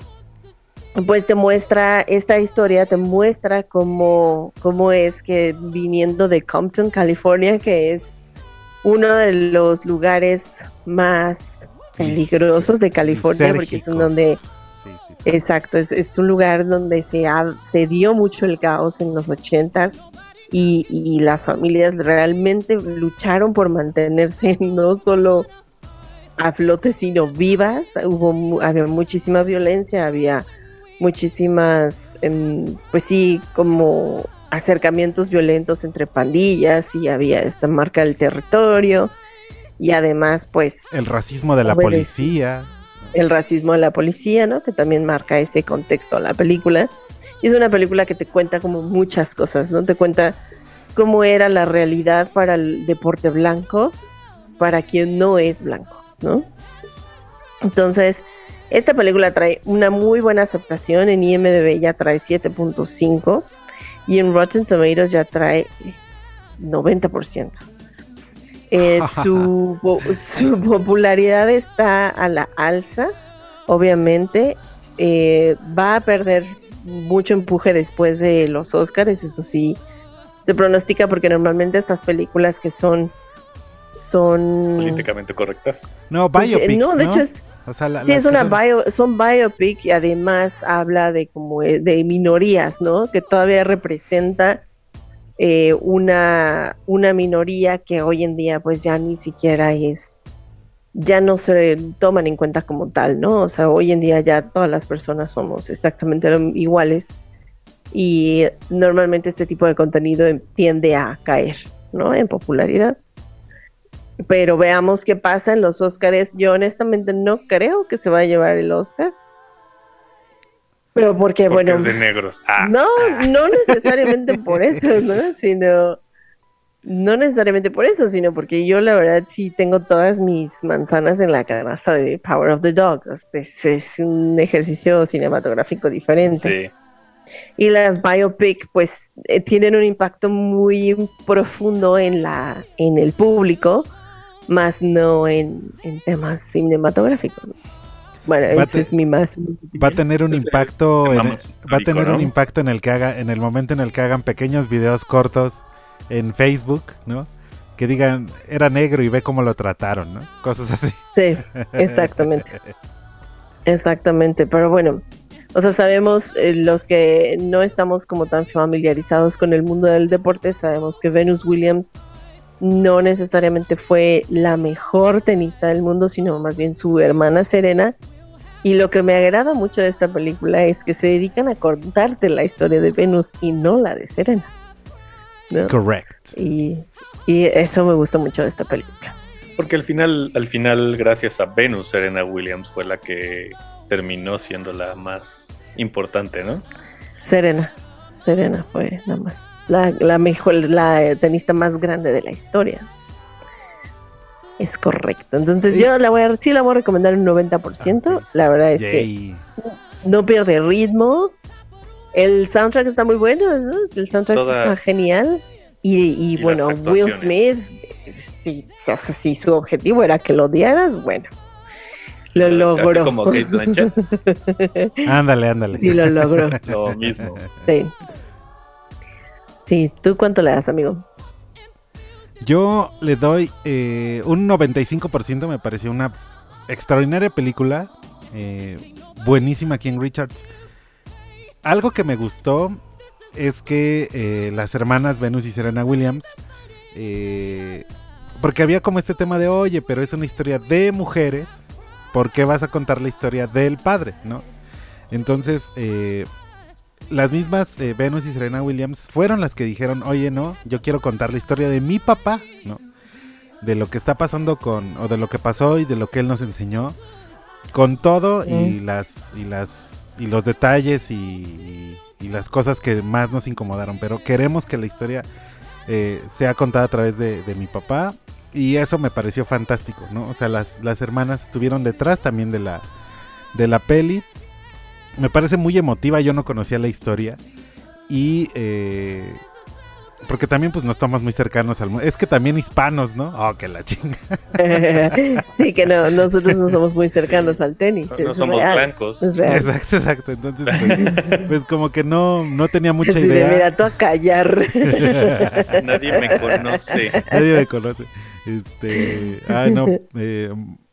pues te muestra, esta historia te muestra cómo, cómo es que viniendo de Compton, California, que es uno de los lugares más peligrosos de California, porque es en donde... Sí, sí, sí. Exacto, es, es un lugar donde se, ha, se dio mucho el caos en los ochentas. Y, y las familias realmente lucharon por mantenerse no solo a flote, sino vivas. Hubo había muchísima violencia, había muchísimas, eh, pues sí, como acercamientos violentos entre pandillas y había esta marca del territorio y además, pues... El racismo de la policía. El racismo de la policía, ¿no? Que también marca ese contexto la película. Y es una película que te cuenta como muchas cosas, ¿no? Te cuenta cómo era la realidad para el deporte blanco, para quien no es blanco, ¿no? Entonces, esta película trae una muy buena aceptación. En I M D B ya trae siete punto cinco y en Rotten Tomatoes ya trae noventa por ciento. Eh, su, su popularidad está a la alza, obviamente. Eh, va a perder mucho empuje después de los Oscars, eso sí se pronostica, porque normalmente estas películas que son son políticamente correctas, no biopics, no, de ¿no? hecho es, o sea, la, sí, es una son... bio, son biopic y además habla de como de minorías, ¿no? Que todavía representa eh, una una minoría que hoy en día pues ya ni siquiera es ya no se toman en cuenta como tal, ¿no? O sea, hoy en día ya todas las personas somos exactamente iguales y normalmente este tipo de contenido tiende a caer, ¿no? En popularidad. Pero veamos qué pasa en los Óscares. Yo honestamente no creo que se va a llevar el Óscar. Pero porque, porque bueno... es de negros. Ah. No, no necesariamente por eso, ¿no? Sino... No necesariamente por eso, sino porque yo la verdad sí tengo todas mis manzanas en la canasta de Power of the Dog. Es, es un ejercicio cinematográfico diferente. Sí. Y las biopic pues eh, tienen un impacto muy profundo en la en el público, más no en, en temas cinematográficos, ¿no? Bueno, Va a ese te- es mi más... Va a tener un Ese impacto, tema en- más va a histórico, tener un ¿no? impacto en el que haga, en el momento en el que hagan pequeños videos cortos en Facebook, ¿no? Que digan, era negro y ve cómo lo trataron, ¿no? Cosas así. Sí, exactamente. Exactamente, pero bueno, o sea, sabemos, eh, los que no estamos como tan familiarizados con el mundo del deporte, sabemos que Venus Williams no necesariamente fue la mejor tenista del mundo, sino más bien su hermana Serena. Y lo que me agrada mucho de esta película es que se dedican a contarte la historia de Venus y no la de Serena, ¿no? Correct. Y, y eso me gustó mucho de esta película. Porque al final, al final, gracias a Venus, Serena Williams fue la que terminó siendo la más importante, ¿no? Serena, Serena fue nada más la, la mejor, la tenista más grande de la historia. Es correcto. Entonces Y- yo la voy a, sí la voy a recomendar un noventa por ciento. Ok. La verdad es Yay. que no pierde ritmo. El soundtrack está muy bueno, ¿no? El soundtrack Toda- está genial. Y, y Y bueno, las Will actuaciones. Smith, sí, o sea, si su objetivo era que lo odiaras, bueno, lo Así logró. como Kate Blanchett, Ándale, ándale. Sí, lo logró. lo mismo. Sí. Sí, ¿tú cuánto le das, amigo? Yo le doy eh, un noventa y cinco por ciento, me pareció una extraordinaria película, eh, buenísima King Richards. Algo que me gustó es que eh, las hermanas Venus y Serena Williams, eh, porque había como este tema de, oye, pero es una historia de mujeres, ¿por qué vas a contar la historia del padre, no? Entonces, eh, las mismas eh, Venus y Serena Williams fueron las que dijeron, oye, no, yo quiero contar la historia de mi papá, ¿no? De lo que está pasando con, o de lo que pasó y de lo que él nos enseñó, con todo y Mm. las, y las, y los detalles y, y, y las cosas que más nos incomodaron, pero queremos que la historia eh, sea contada a través de, de mi papá, y eso me pareció fantástico, ¿no? O sea, las, las hermanas estuvieron detrás también de la, de la peli. Me parece muy emotiva, yo no conocía la historia. Y eh, porque también pues no estamos muy cercanos al mundo. Es que también hispanos, ¿no? Oh, que la chinga. Sí, que no, nosotros no somos muy cercanos al tenis. No, no es somos real, blancos. es real. Exacto, exacto. Entonces pues, pues como que no, no tenía mucha Así de, idea. mira, tú a callar. Nadie me conoce. Nadie me conoce. Este, ay no, eh,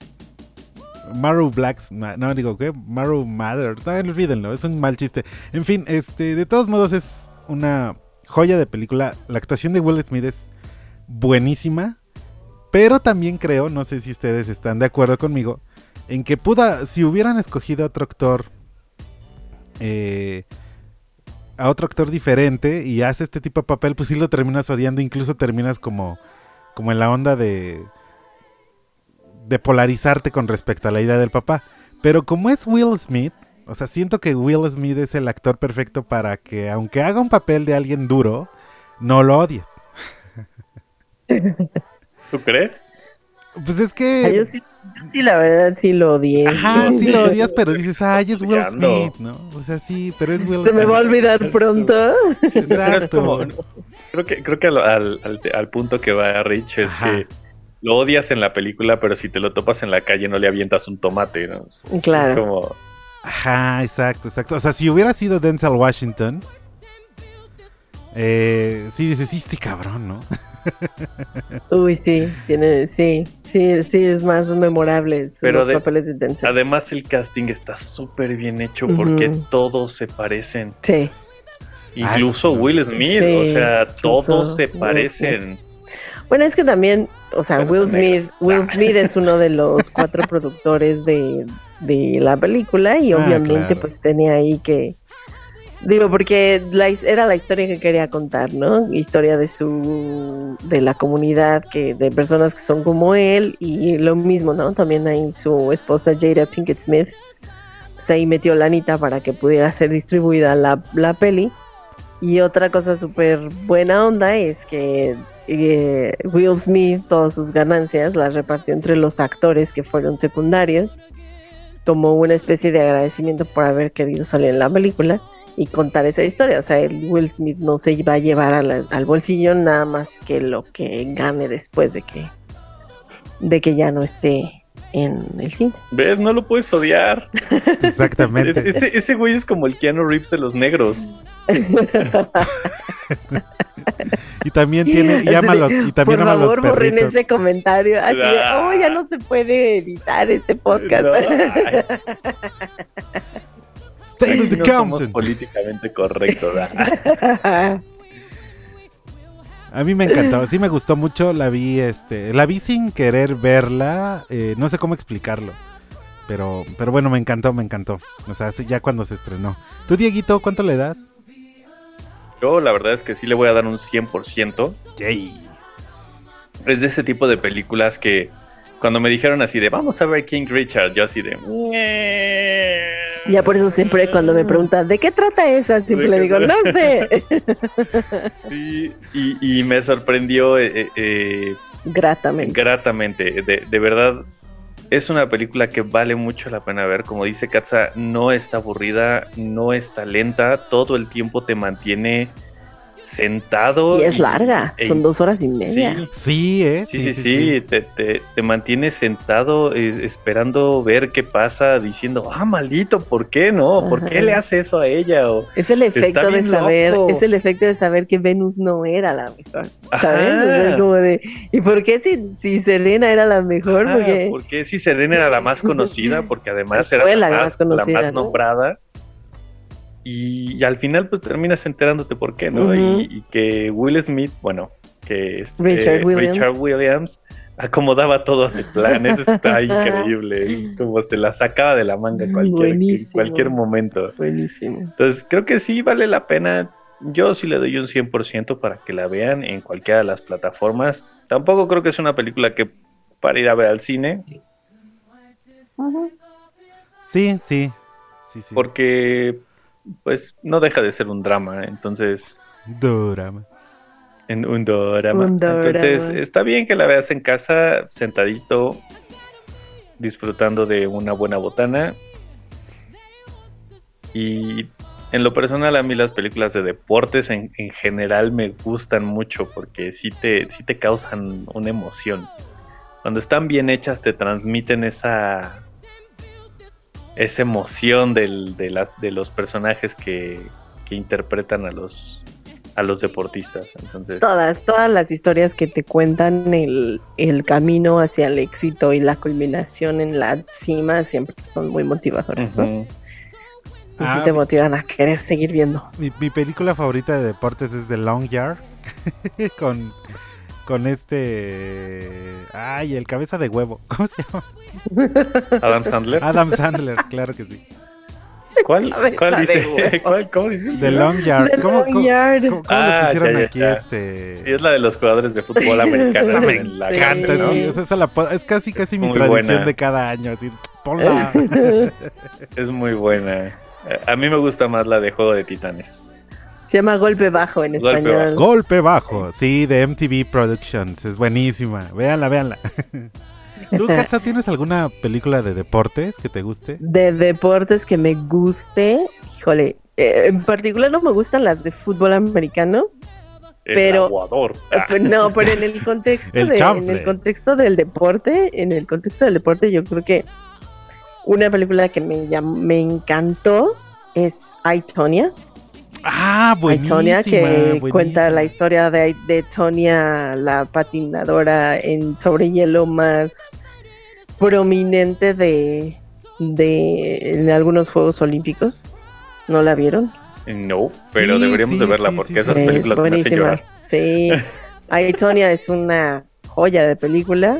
Maru Blacks, ma- no digo que Maru Mother, no, olvídenlo, es un mal chiste. En fin, este, de todos modos es una joya de película. La actuación de Will Smith es buenísima, pero también creo, no sé si ustedes están de acuerdo conmigo, en que pudo, si hubieran escogido a otro actor, eh, a otro actor diferente y hace este tipo de papel, pues sí lo terminas odiando, incluso terminas como, como en la onda de de polarizarte con respecto a la idea del papá. Pero como es Will Smith, o sea, siento que Will Smith es el actor perfecto para que, aunque haga un papel de alguien duro, no lo odies. ¿Tú crees? Pues es Ah, que... yo, sí, yo sí, la verdad, sí lo odié. Ajá, sí lo odias, pero dices, ay, es Will Odiando. Smith, ¿no? O sea, sí, pero es Will Se me Smith. va a olvidar pronto. Pero es Exacto. como, creo que, creo que al, al, al, al punto que va Rich es Ajá. que lo odias en la película, pero si te lo topas en la calle no le avientas un tomate, ¿no? Es Claro. como, Ajá, exacto, exacto. O sea, si hubiera sido Denzel Washington, eh, sí dices, sí, este cabrón, ¿no? Uy, sí, tiene, sí, sí, sí, es más memorable sus Pero los de- papeles de Denzel. además el casting está súper bien hecho Ujú. porque todos se parecen. Sí, Ah, Incluso eso sí. Will Smith, Sí, o sea, incluso todos se Will parecen. bueno, es que también, o sea, Pero Will son Smith, negros. Will Ah. Smith es uno de los cuatro productores de, de la película y Ah, obviamente claro. pues tenía ahí que, digo, porque la, his- era la historia que quería contar, ¿no? Historia de su, de la comunidad, que de personas que son como él y lo mismo, ¿no? También ahí su esposa Jada Pinkett Smith, pues ahí metió la anita para que pudiera ser distribuida la, la peli. Y otra cosa súper buena onda es que eh, Will Smith todas sus ganancias las repartió entre los actores que fueron secundarios como una especie de agradecimiento por haber querido salir en la película y contar esa historia. O sea, el Will Smith no se va a llevar a la- al bolsillo nada más que lo que gane después de que de que ya no esté en el cine. ¿Ves? No lo puedes odiar. Exactamente. Ese, ese güey es como el Keanu Reeves de los negros. Y también tiene, y ama los, y también Por ama favor, los borren perritos. ese comentario. Así de, Ah. oh, ya no se puede editar este podcast. No, ay, State of the no somos Compton. políticamente correctos. ¿verdad? A mí me encantó, sí me gustó mucho, la vi, este, la vi sin querer verla, eh, no sé cómo explicarlo, pero, pero bueno, me encantó, me encantó, o sea, sí, ya cuando se estrenó. ¿Tú, Dieguito, cuánto le das? Yo la verdad es que sí le voy a dar un cien por ciento. Yay. Es de ese tipo de películas que cuando me dijeron así de vamos a ver King Richard, yo así de... Ya por eso siempre cuando me preguntan, ¿de qué trata esa? Siempre ¿De le qué digo, no sé. Sí, y, y me sorprendió eh, eh, Gratamente. gratamente, de, de verdad es una película que vale mucho la pena ver, como dice Katza, no está aburrida, no está lenta, todo el tiempo te mantiene sentado. Y es larga, e- son dos horas y media. Sí, Sí, ¿eh? sí, sí, sí, Te, te, te mantienes sentado eh, esperando ver qué pasa, diciendo, ah, maldito, ¿por qué no? ¿Por qué Ajá. le hace eso a ella? O, Es el efecto Está de bien saber, loco. es el efecto de saber que Venus no era la mejor, ¿sabes? Ajá. O sea, como de, ¿y por qué si, si Serena era la mejor? ah, Porque ¿por qué si Serena era la más conocida? Porque además Fue era la, la más, más conocida, la más ¿no? nombrada. Y, y al final pues terminas enterándote por qué, ¿no? Ujú. y, y que Will Smith, bueno, que este, Richard Williams. Richard Williams acomodaba todo a su plan. Eso está increíble. Como se la sacaba de la manga en cualquier, en Buenísimo. cualquier momento. buenísimo. Entonces creo que sí vale la pena. Yo sí le doy un cien por ciento para que la vean en cualquiera de las plataformas. Tampoco creo que es una película que para ir a ver al cine. Sí, sí, sí, sí. Porque pues no deja de ser un drama. Entonces... Drama. En un drama. Un drama. Entonces, está bien que la veas en casa, sentadito, disfrutando de una buena botana. Y en lo personal, a mí las películas de deportes en, en general me gustan mucho porque sí te, sí te causan una emoción. Cuando están bien hechas, te transmiten esa, esa emoción del, de, las, de los personajes que, que interpretan a los a los deportistas. Entonces Todas, todas las historias que te cuentan el, el camino hacia el éxito y la culminación en la cima siempre son muy motivadoras, ¿no? ujú. Y Ah, sí te mi- motivan a querer seguir viendo. Mi, mi película favorita de deportes es The Long Yard. con, con este... Ay, el cabeza de huevo. ¿Cómo se llama? Adam Sandler. Adam Sandler, claro que sí. ¿Cuál, Cabeza ¿cuál de dice? huevo. ¿Cuál, ¿Cómo dice? The Long Yard. The ¿Cómo, Long cómo- Yard. cómo- cómo Ah, le pusieron ya, ya, aquí ya. este...? Sí, es la de los jugadores de fútbol americano. Esa me en la encanta, calle, es, ¿no? mi- o sea, esa la po- es casi casi mi Muy tradición buena. de cada año, así, ponla. Es muy buena. Eh, A mí me gusta más la de Juego de Titanes. Se llama Golpe Bajo en Golpe español. Golpe bajo, sí, de M T V Productions, es buenísima, véanla, véanla. ¿Tú, Katza, tienes alguna película de deportes que te guste? De deportes que me guste, híjole, eh, en particular no me gustan las de fútbol americano, El Pero- aguador. eh, Ah, pero no, pero en el contexto El de, en chanfle. el contexto del deporte, en el contexto del deporte, yo creo que una película que me llam- me encantó es I, Tonya. Ah, I, buenísima, Tonya, que buenísima. cuenta la historia de, de Tonya, la patinadora en sobre hielo más prominente de, de en algunos Juegos Olímpicos. ¿No la vieron? No, pero Sí, deberíamos sí, de verla sí, porque sí, esas sí. películas me hacen llorar. Sí, I, Tonya es una joya de película.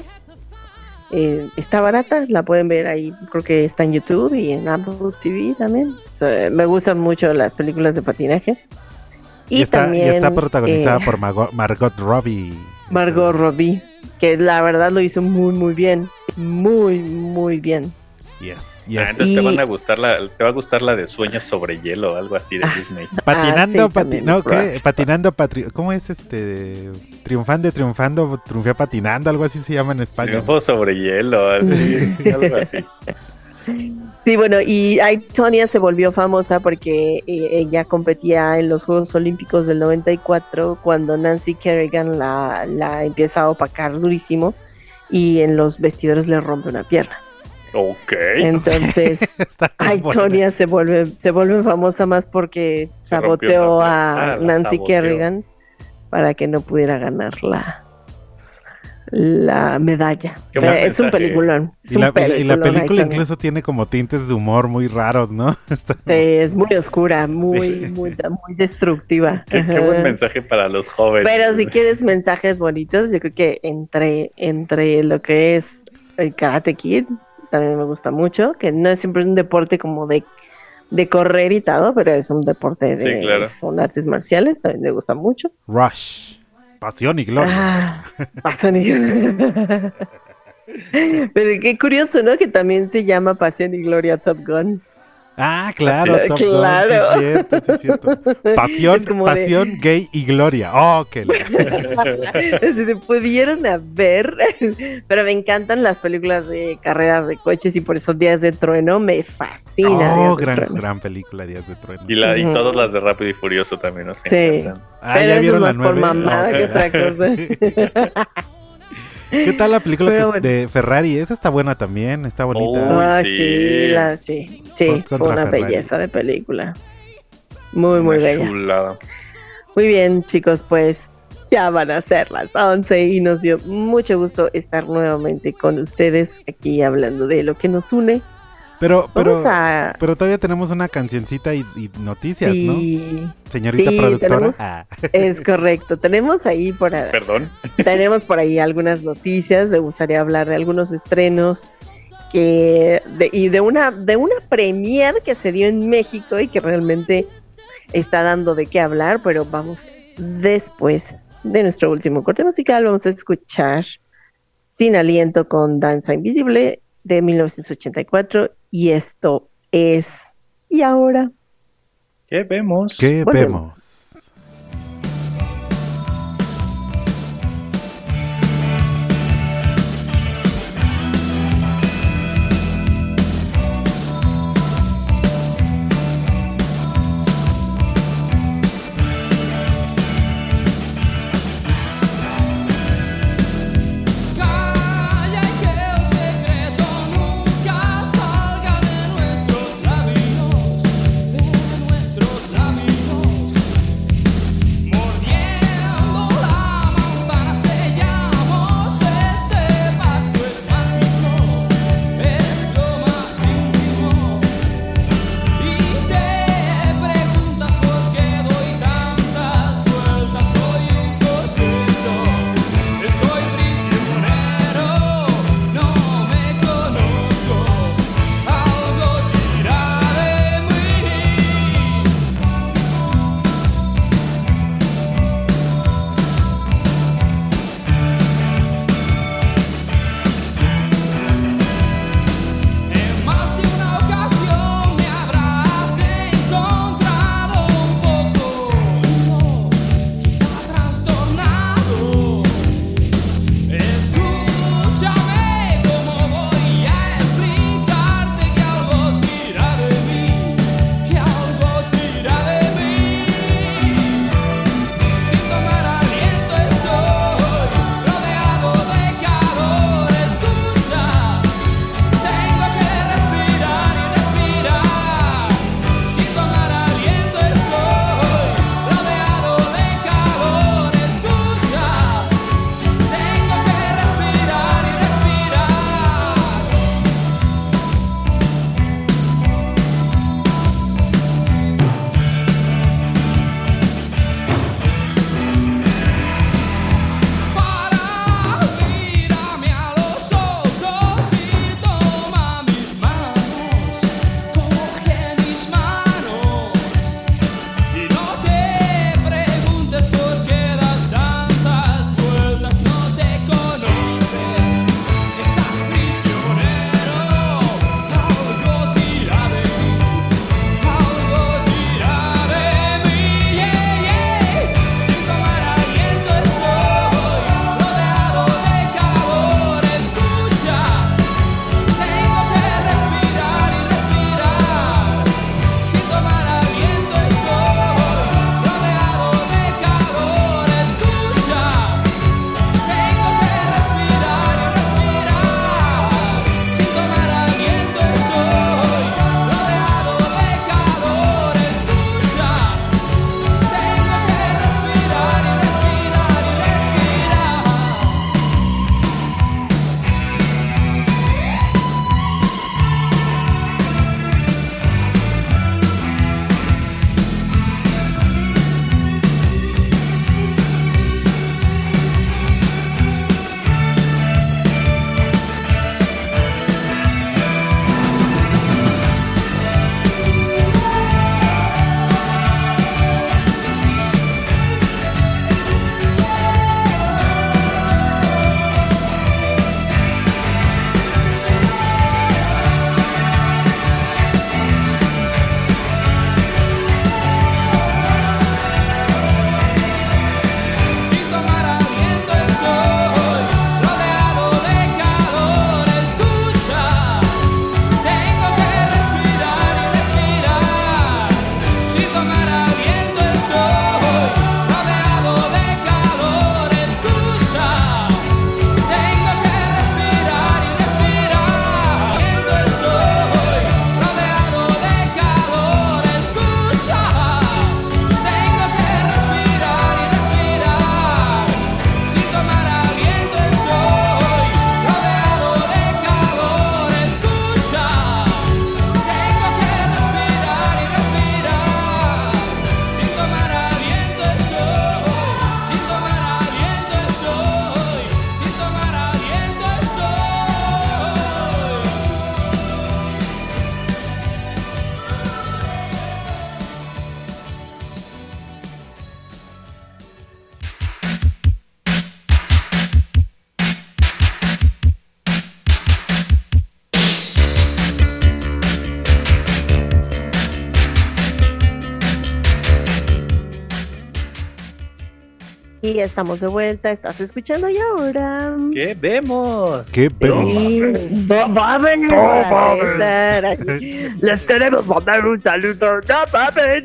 Eh, está barata, la pueden ver ahí, creo que está en YouTube y en Apple T V también. O sea, me gustan mucho las películas de patinaje. Y, está, también, y está protagonizada eh, por Margot, Margot Robbie. Margot Robbie, que la verdad lo hizo muy muy bien, muy muy bien. Yes, Ah, yes. entonces Y- te van a gustar la, te va a gustar la de Sueños sobre hielo, algo así de Ah. Disney. Patinando, Ah, sí, pati- también, no, claro. ¿qué? Patinando, patri- ¿cómo es este? Triunfando, triunfando, triunfé patinando, algo así se llama en España. Triunfo sobre hielo, así, algo así. Sí, bueno, y I, Tonya se volvió famosa porque eh, ella competía en los Juegos Olímpicos del noventa y cuatro cuando Nancy Kerrigan la, la empieza a opacar durísimo y en los vestidores le rompe una pierna. Ok. Entonces, Está muy ay, buena. Tonya se vuelve, se vuelve famosa más porque Se rompió saboteó una a pierna. Ah, la Nancy saboteó. Kerrigan para que no pudiera ganar la, la medalla. Qué buen Eh, es un mensaje. peliculón. Es Y la, un y la- y la peliculón, película ay, Tonya. incluso tiene como tintes de humor muy raros, ¿no? Está- Sí, es muy oscura, muy, Sí. muy, muy destructiva. Qué, qué Ajá. buen mensaje para los jóvenes. Pero si quieres mensajes bonitos, yo creo que entre, entre lo que es el Karate Kid, también me gusta mucho, que no es siempre un deporte como de, de correr y todo, pero es un deporte de, Sí, claro. son artes marciales, también me gusta mucho. Rush. Pasión y gloria. Ah, Pasión y Gloria. Pero qué curioso, ¿no? Que también se llama Pasión y Gloria Top Gun. Ah, claro, Claro. Top Gun, sí es cierto, sí es cierto. Pasión, Es como de- pasión, gay y gloria. Oh, qué la- Si se pudieron haber, pero me encantan las películas de carreras de coches y por esos Días de Trueno me fascina. Oh, Días de gran, Trueno. gran película, Días de Trueno. Y, la, y Ujú. todas las de Rápido y Furioso también nos Sí. encantan. Ah, Pero ¿ya eso vieron la es más por nueve? mamada Ah, que ok. otra cosa. ¿Qué tal la película que Pero es bueno. de Ferrari? Esa está buena también, está bonita. Uy, Ah, sí. sí, la, sí, sí, Ford fue contra una Ferrari. belleza de película. Muy, muy Una bella. chulada. Muy bien, chicos, pues ya van a ser las once y nos dio mucho gusto estar nuevamente con ustedes aquí hablando de lo que nos une. Pero, pero, Vamos a... pero todavía tenemos una cancioncita y, y noticias, ¿no? Sí, Señorita sí, productora. tenemos- Ah. es correcto. Tenemos ahí por ahí, Perdón. tenemos por ahí algunas noticias. Me gustaría hablar de algunos estrenos que de, y de una de una premier que se dio en México y que realmente está dando de qué hablar, pero vamos después de nuestro último corte musical. Vamos a escuchar Sin Aliento con Danza Invisible de mil novecientos ochenta y cuatro y esto es Y ahora. ¿Qué vemos? ¿Qué Volvemos. vemos? Calla y que el secreto nunca salga de nuestros labios, de nuestros labios. Y estamos de vuelta, estás escuchando y ahora. ¿Qué vemos? ¿Qué vemos? Sí, va, va a venir No a mames. estar aquí. Les queremos mandar un saludo. No mames.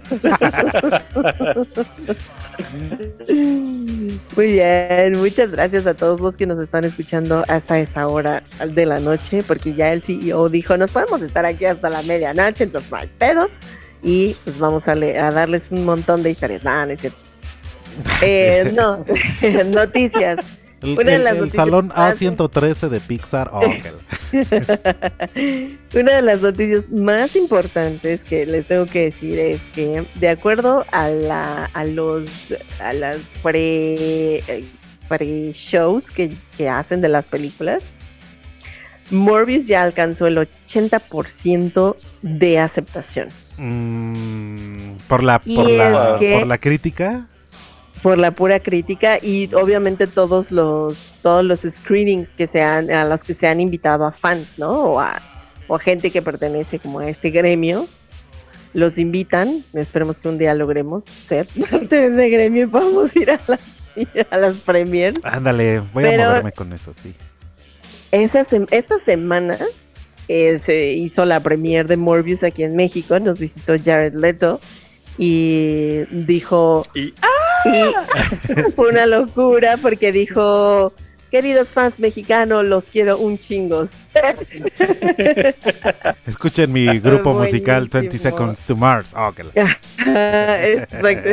Muy bien, muchas gracias a todos los que nos están escuchando hasta esta hora de la noche, porque ya el C E O dijo, nos podemos estar aquí hasta la medianoche, entonces no hay pedo. Y pues vamos a, le- a darles un montón de historias. Nah, no es cierto. Eh, no, noticias. El, Una de el- las el noticias salón más- A ciento trece de Pixar. Oh, ok. Una de las noticias más importantes que les tengo que decir es que de acuerdo a la a los a las pre eh, pre shows que, que hacen de las películas, Morbius ya alcanzó el ochenta por ciento de aceptación Mm, por la Y por la es que- por la crítica. por la pura crítica y obviamente todos los todos los screenings que se han a los que se han invitado a fans, ¿no? O a, o a gente que pertenece como a este gremio, los invitan. Esperemos que un día logremos ser parte de ese gremio y podamos ir a las a las premiers. Ándale, voy Pero- a moverme con eso, sí. Esa sem- esta semana eh, se hizo la premier de Morbius aquí en México, nos visitó Jared Leto y dijo, Y y fue una locura porque dijo, queridos fans mexicanos, los quiero un chingos. Escuchen mi grupo Buenísimo. musical veinte Seconds to Mars. Oh, que la- Exacto.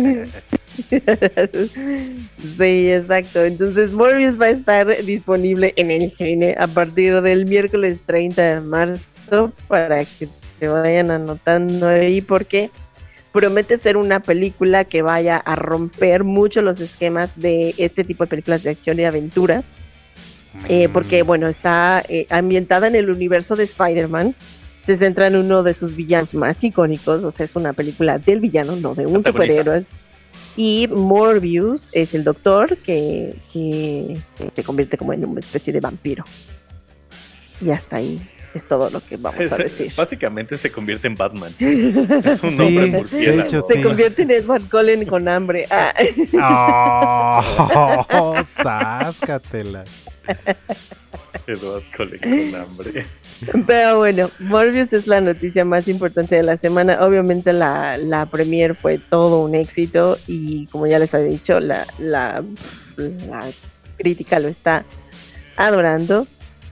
Sí, exacto. Entonces Morbius va a estar disponible en el cine a partir del miércoles treinta de marzo para que se vayan anotando ahí porque promete ser una película que vaya a romper mucho los esquemas de este tipo de películas de acción y aventura. Eh, porque bueno, está eh, ambientada en el universo de Spider-Man, se centra en uno de sus villanos más icónicos, o sea, es una película del villano, no de un Protagonista. superhéroe. Y Morbius es el doctor que, que, que se convierte como en una especie de vampiro. Y hasta ahí es todo lo que vamos a decir. Básicamente se convierte en Batman. Es un Sí, hombre de murciélago. hecho, Se sí. convierte en Edward Cullen con hambre. Ah. Oh, sáscatela. Edward Cullen con hambre. Pero bueno, Morbius es la noticia más importante de la semana. Obviamente la, la premier fue todo un éxito y como ya les había dicho, la, la, la crítica lo está adorando.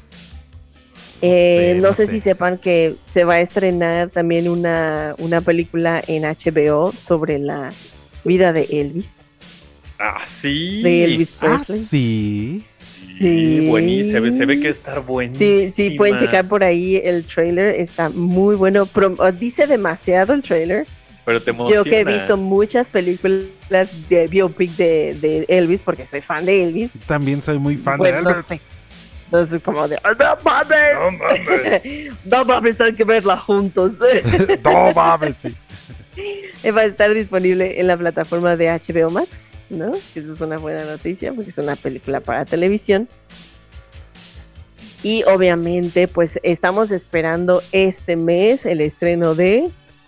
Eh, sé, no, no sé sé. si sepan que se va a estrenar también una, una película en H B O sobre la vida de Elvis, Ah, sí. de Elvis Ah, Presley. sí. Sí, Sí. buenísimo. Se ve, se ve que estar buenísimo. Sí, sí, pueden checar por ahí el trailer, está muy bueno. Prom- oh, dice demasiado el trailer. Pero te emociona. Yo que he visto muchas películas de biopic de, de Elvis, porque soy fan de Elvis. También soy muy fan Pues, de no Elvis. sé. Entonces, como de, ¡ay, no mames! No mames. No mames, hay que verla juntos. No mames, sí. Va a estar disponible en la plataforma de H B O Max, ¿no? Que eso es una buena noticia, porque es una película para televisión. Y obviamente, pues estamos esperando este mes el estreno de...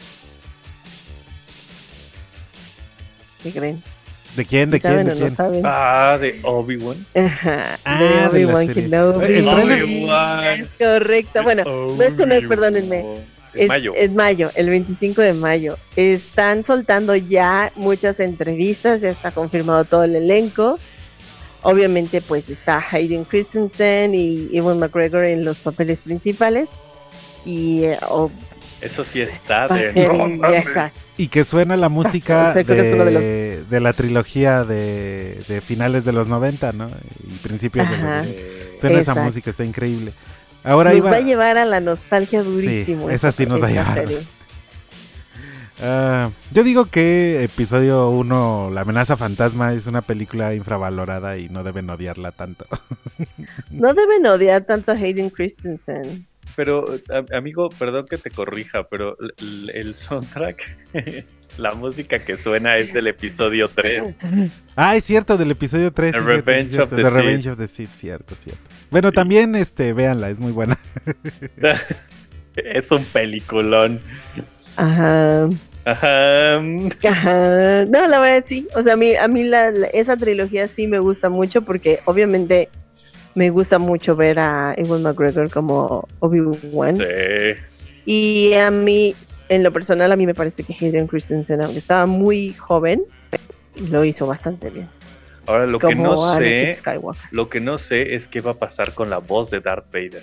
¿Qué creen? ¿De quién? ¿De quién? ¿Saben ¿De o no quién? saben? Ah, de Obi-Wan. Ajá, Ah, de de la Obi-Wan serie. Kenobi. El trailer- Obi-Wan. Es correcto. Bueno, no es que no es, perdónenme. En Es, mayo. es mayo, el veinticinco de mayo. Están soltando ya muchas entrevistas, ya está confirmado todo el elenco. Obviamente, pues está Hayden Christensen y Ewan McGregor en los papeles principales. Y eh, oh, Eso sí está va a de ser- no ya mames. está. Y que suena la música Sé que es uno de de, de la trilogía de, de finales de los noventa, ¿no? Y principios de Ajá. los... Suena esa Exacto. música, está increíble. Ahora Nos iba... va a llevar a la nostalgia durísimo. esa sí nos va a esta llevar. serie. Ah, yo digo que episodio uno, La amenaza fantasma, es una película infravalorada y no deben odiarla tanto. No deben odiar tanto a Hayden Christensen. Pero, a- amigo, perdón que te corrija, pero l- l- el soundtrack, la música que suena es del episodio tres. Ah, es cierto, del episodio tres. The sí, cierto, sí, Revenge cierto, of the The Sith. Revenge of the Sith, cierto, cierto. Bueno, también, este, véanla, es muy buena. Es un peliculón. Ajá. Ajá. Ajá. No, la verdad sí. O sea, a mí, a mí la, la- esa trilogía sí me gusta mucho porque obviamente me gusta mucho ver a Ewan McGregor como Obi-Wan. Sí. Y a mí, en lo personal, a mí me parece que Hayden Christensen, aunque estaba muy joven, lo hizo bastante bien. Ahora lo que Como no Anakin sé, Skywalker. lo que no sé es qué va a pasar con la voz de Darth Vader.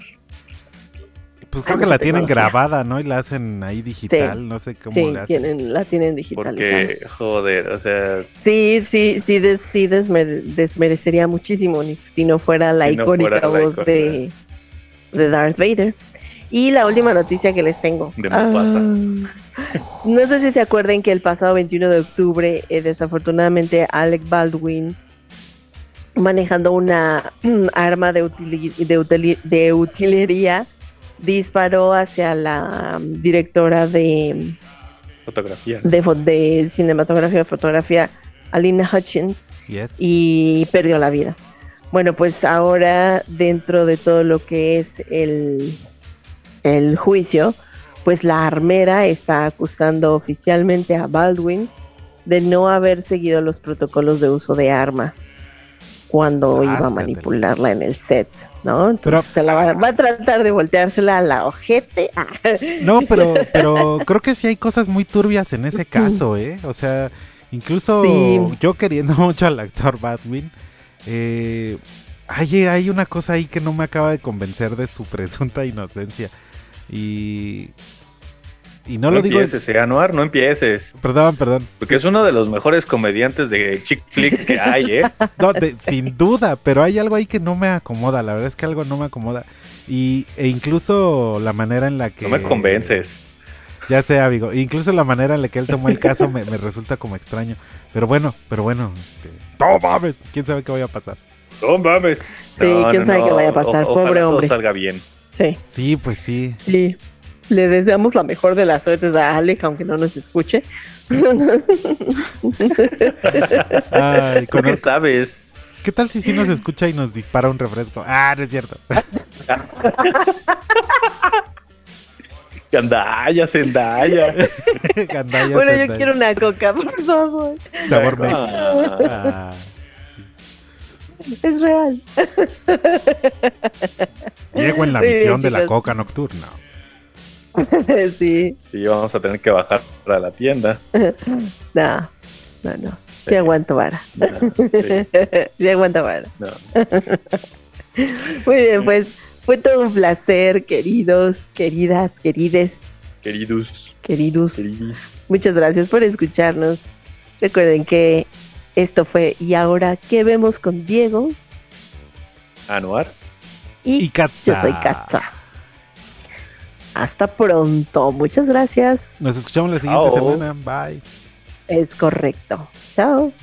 Pues creo Ah, que no la sé, tienen tengo que- grabada, ¿no? Y la hacen ahí digital, Sí. no sé cómo Sí, le hacen. tienen, la tienen digitalizada. Porque, joder, o sea, Sí, sí, sí, des- sí desmer- desmerecería muchísimo ni- si no fuera la Si no icónica fuera la voz icónica. de, de Darth Vader. Y la última noticia que les tengo. De Mufasa. Ah, no sé si se acuerdan que el pasado veintiuno de octubre, eh, desafortunadamente, Alec Baldwin, manejando una mm, arma de, utili- de, utili- de utilería, disparó hacia la mm, directora de fotografía. de, fo- de cinematografía, fotografía, Alina Hutchins, Yes. y perdió la vida. Bueno, pues ahora dentro de todo lo que es el, el juicio, pues la armera está acusando oficialmente a Baldwin de no haber seguido los protocolos de uso de armas cuando iba a Sáscatela. manipularla en el set, ¿no? Entonces Pero- se la va, va a tratar de volteársela a la ojete. Ah. No, pero, pero creo que sí hay cosas muy turbias en ese caso, ¿eh? O sea, incluso Sí. yo queriendo mucho al actor Baldwin, eh, hay, hay una cosa ahí que no me acaba de convencer de su presunta inocencia. Y, y no, No, lo digo... empieces, eh, Anuar, no empieces. Perdón, perdón. Porque es uno de los mejores comediantes de chick flicks que hay, ¿eh? No, de- sin duda, pero hay algo ahí que no me acomoda. La verdad es que algo no me acomoda. Y, e incluso la manera en la que... No me convences. Ya sé, amigo. Incluso la manera en la que él tomó el caso me, me resulta como extraño. Pero bueno, pero bueno. Este... ¡No mames! ¿Quién sabe qué vaya a pasar? No mames. Sí, quién sabe qué vaya a pasar, O- pobre ojalá hombre. todo salga bien. Sí. Sí, pues sí. Sí, le deseamos la mejor de las suertes a Alec, aunque no nos escuche. Ay, ¿Tú cuando- qué sabes? ¿Qué tal si sí nos escucha y nos dispara un refresco? Ah, no es cierto. Gandaya, Zendaya. Gandaya, Bueno, yo Zendaya. quiero una coca, por favor. Sabor México. Ah, Ah, Es real. llego en la Muy bien, misión de la chicos. coca nocturna. Sí, sí, vamos a tener que bajar para la tienda. no, no, no. Sí aguanto vara. No, sí, Sí aguanto vara. no. Muy bien, pues fue todo un placer, queridos, queridas, querides, Queridos, queridos. queridos. Muchas gracias por escucharnos. Recuerden que esto fue Y ahora, ¿qué vemos con Diego? Anuar. Y, Y Katza. yo soy Katza. Hasta pronto. Muchas gracias. Nos escuchamos la siguiente Chao. semana. Bye. Es correcto. Chao.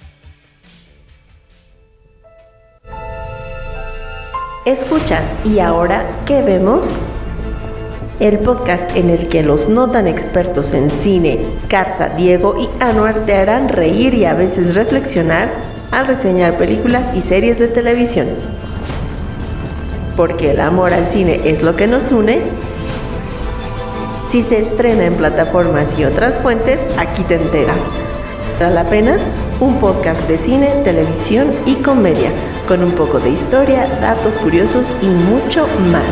Escuchas ¿Y ahora qué vemos? El podcast en el que los no tan expertos en cine, Katza, Diego y Anuar te harán reír y a veces reflexionar al reseñar películas y series de televisión. Porque el amor al cine es lo que nos une. Si se estrena en plataformas y otras fuentes, aquí te enteras. ¿Vale la pena? Un podcast de cine, televisión y comedia, con un poco de historia, datos curiosos y mucho más.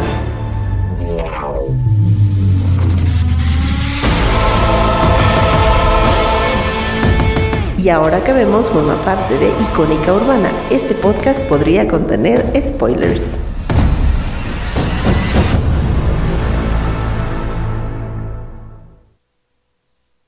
Y ahora que vemos forma parte de Icónica Urbana, este podcast podría contener spoilers.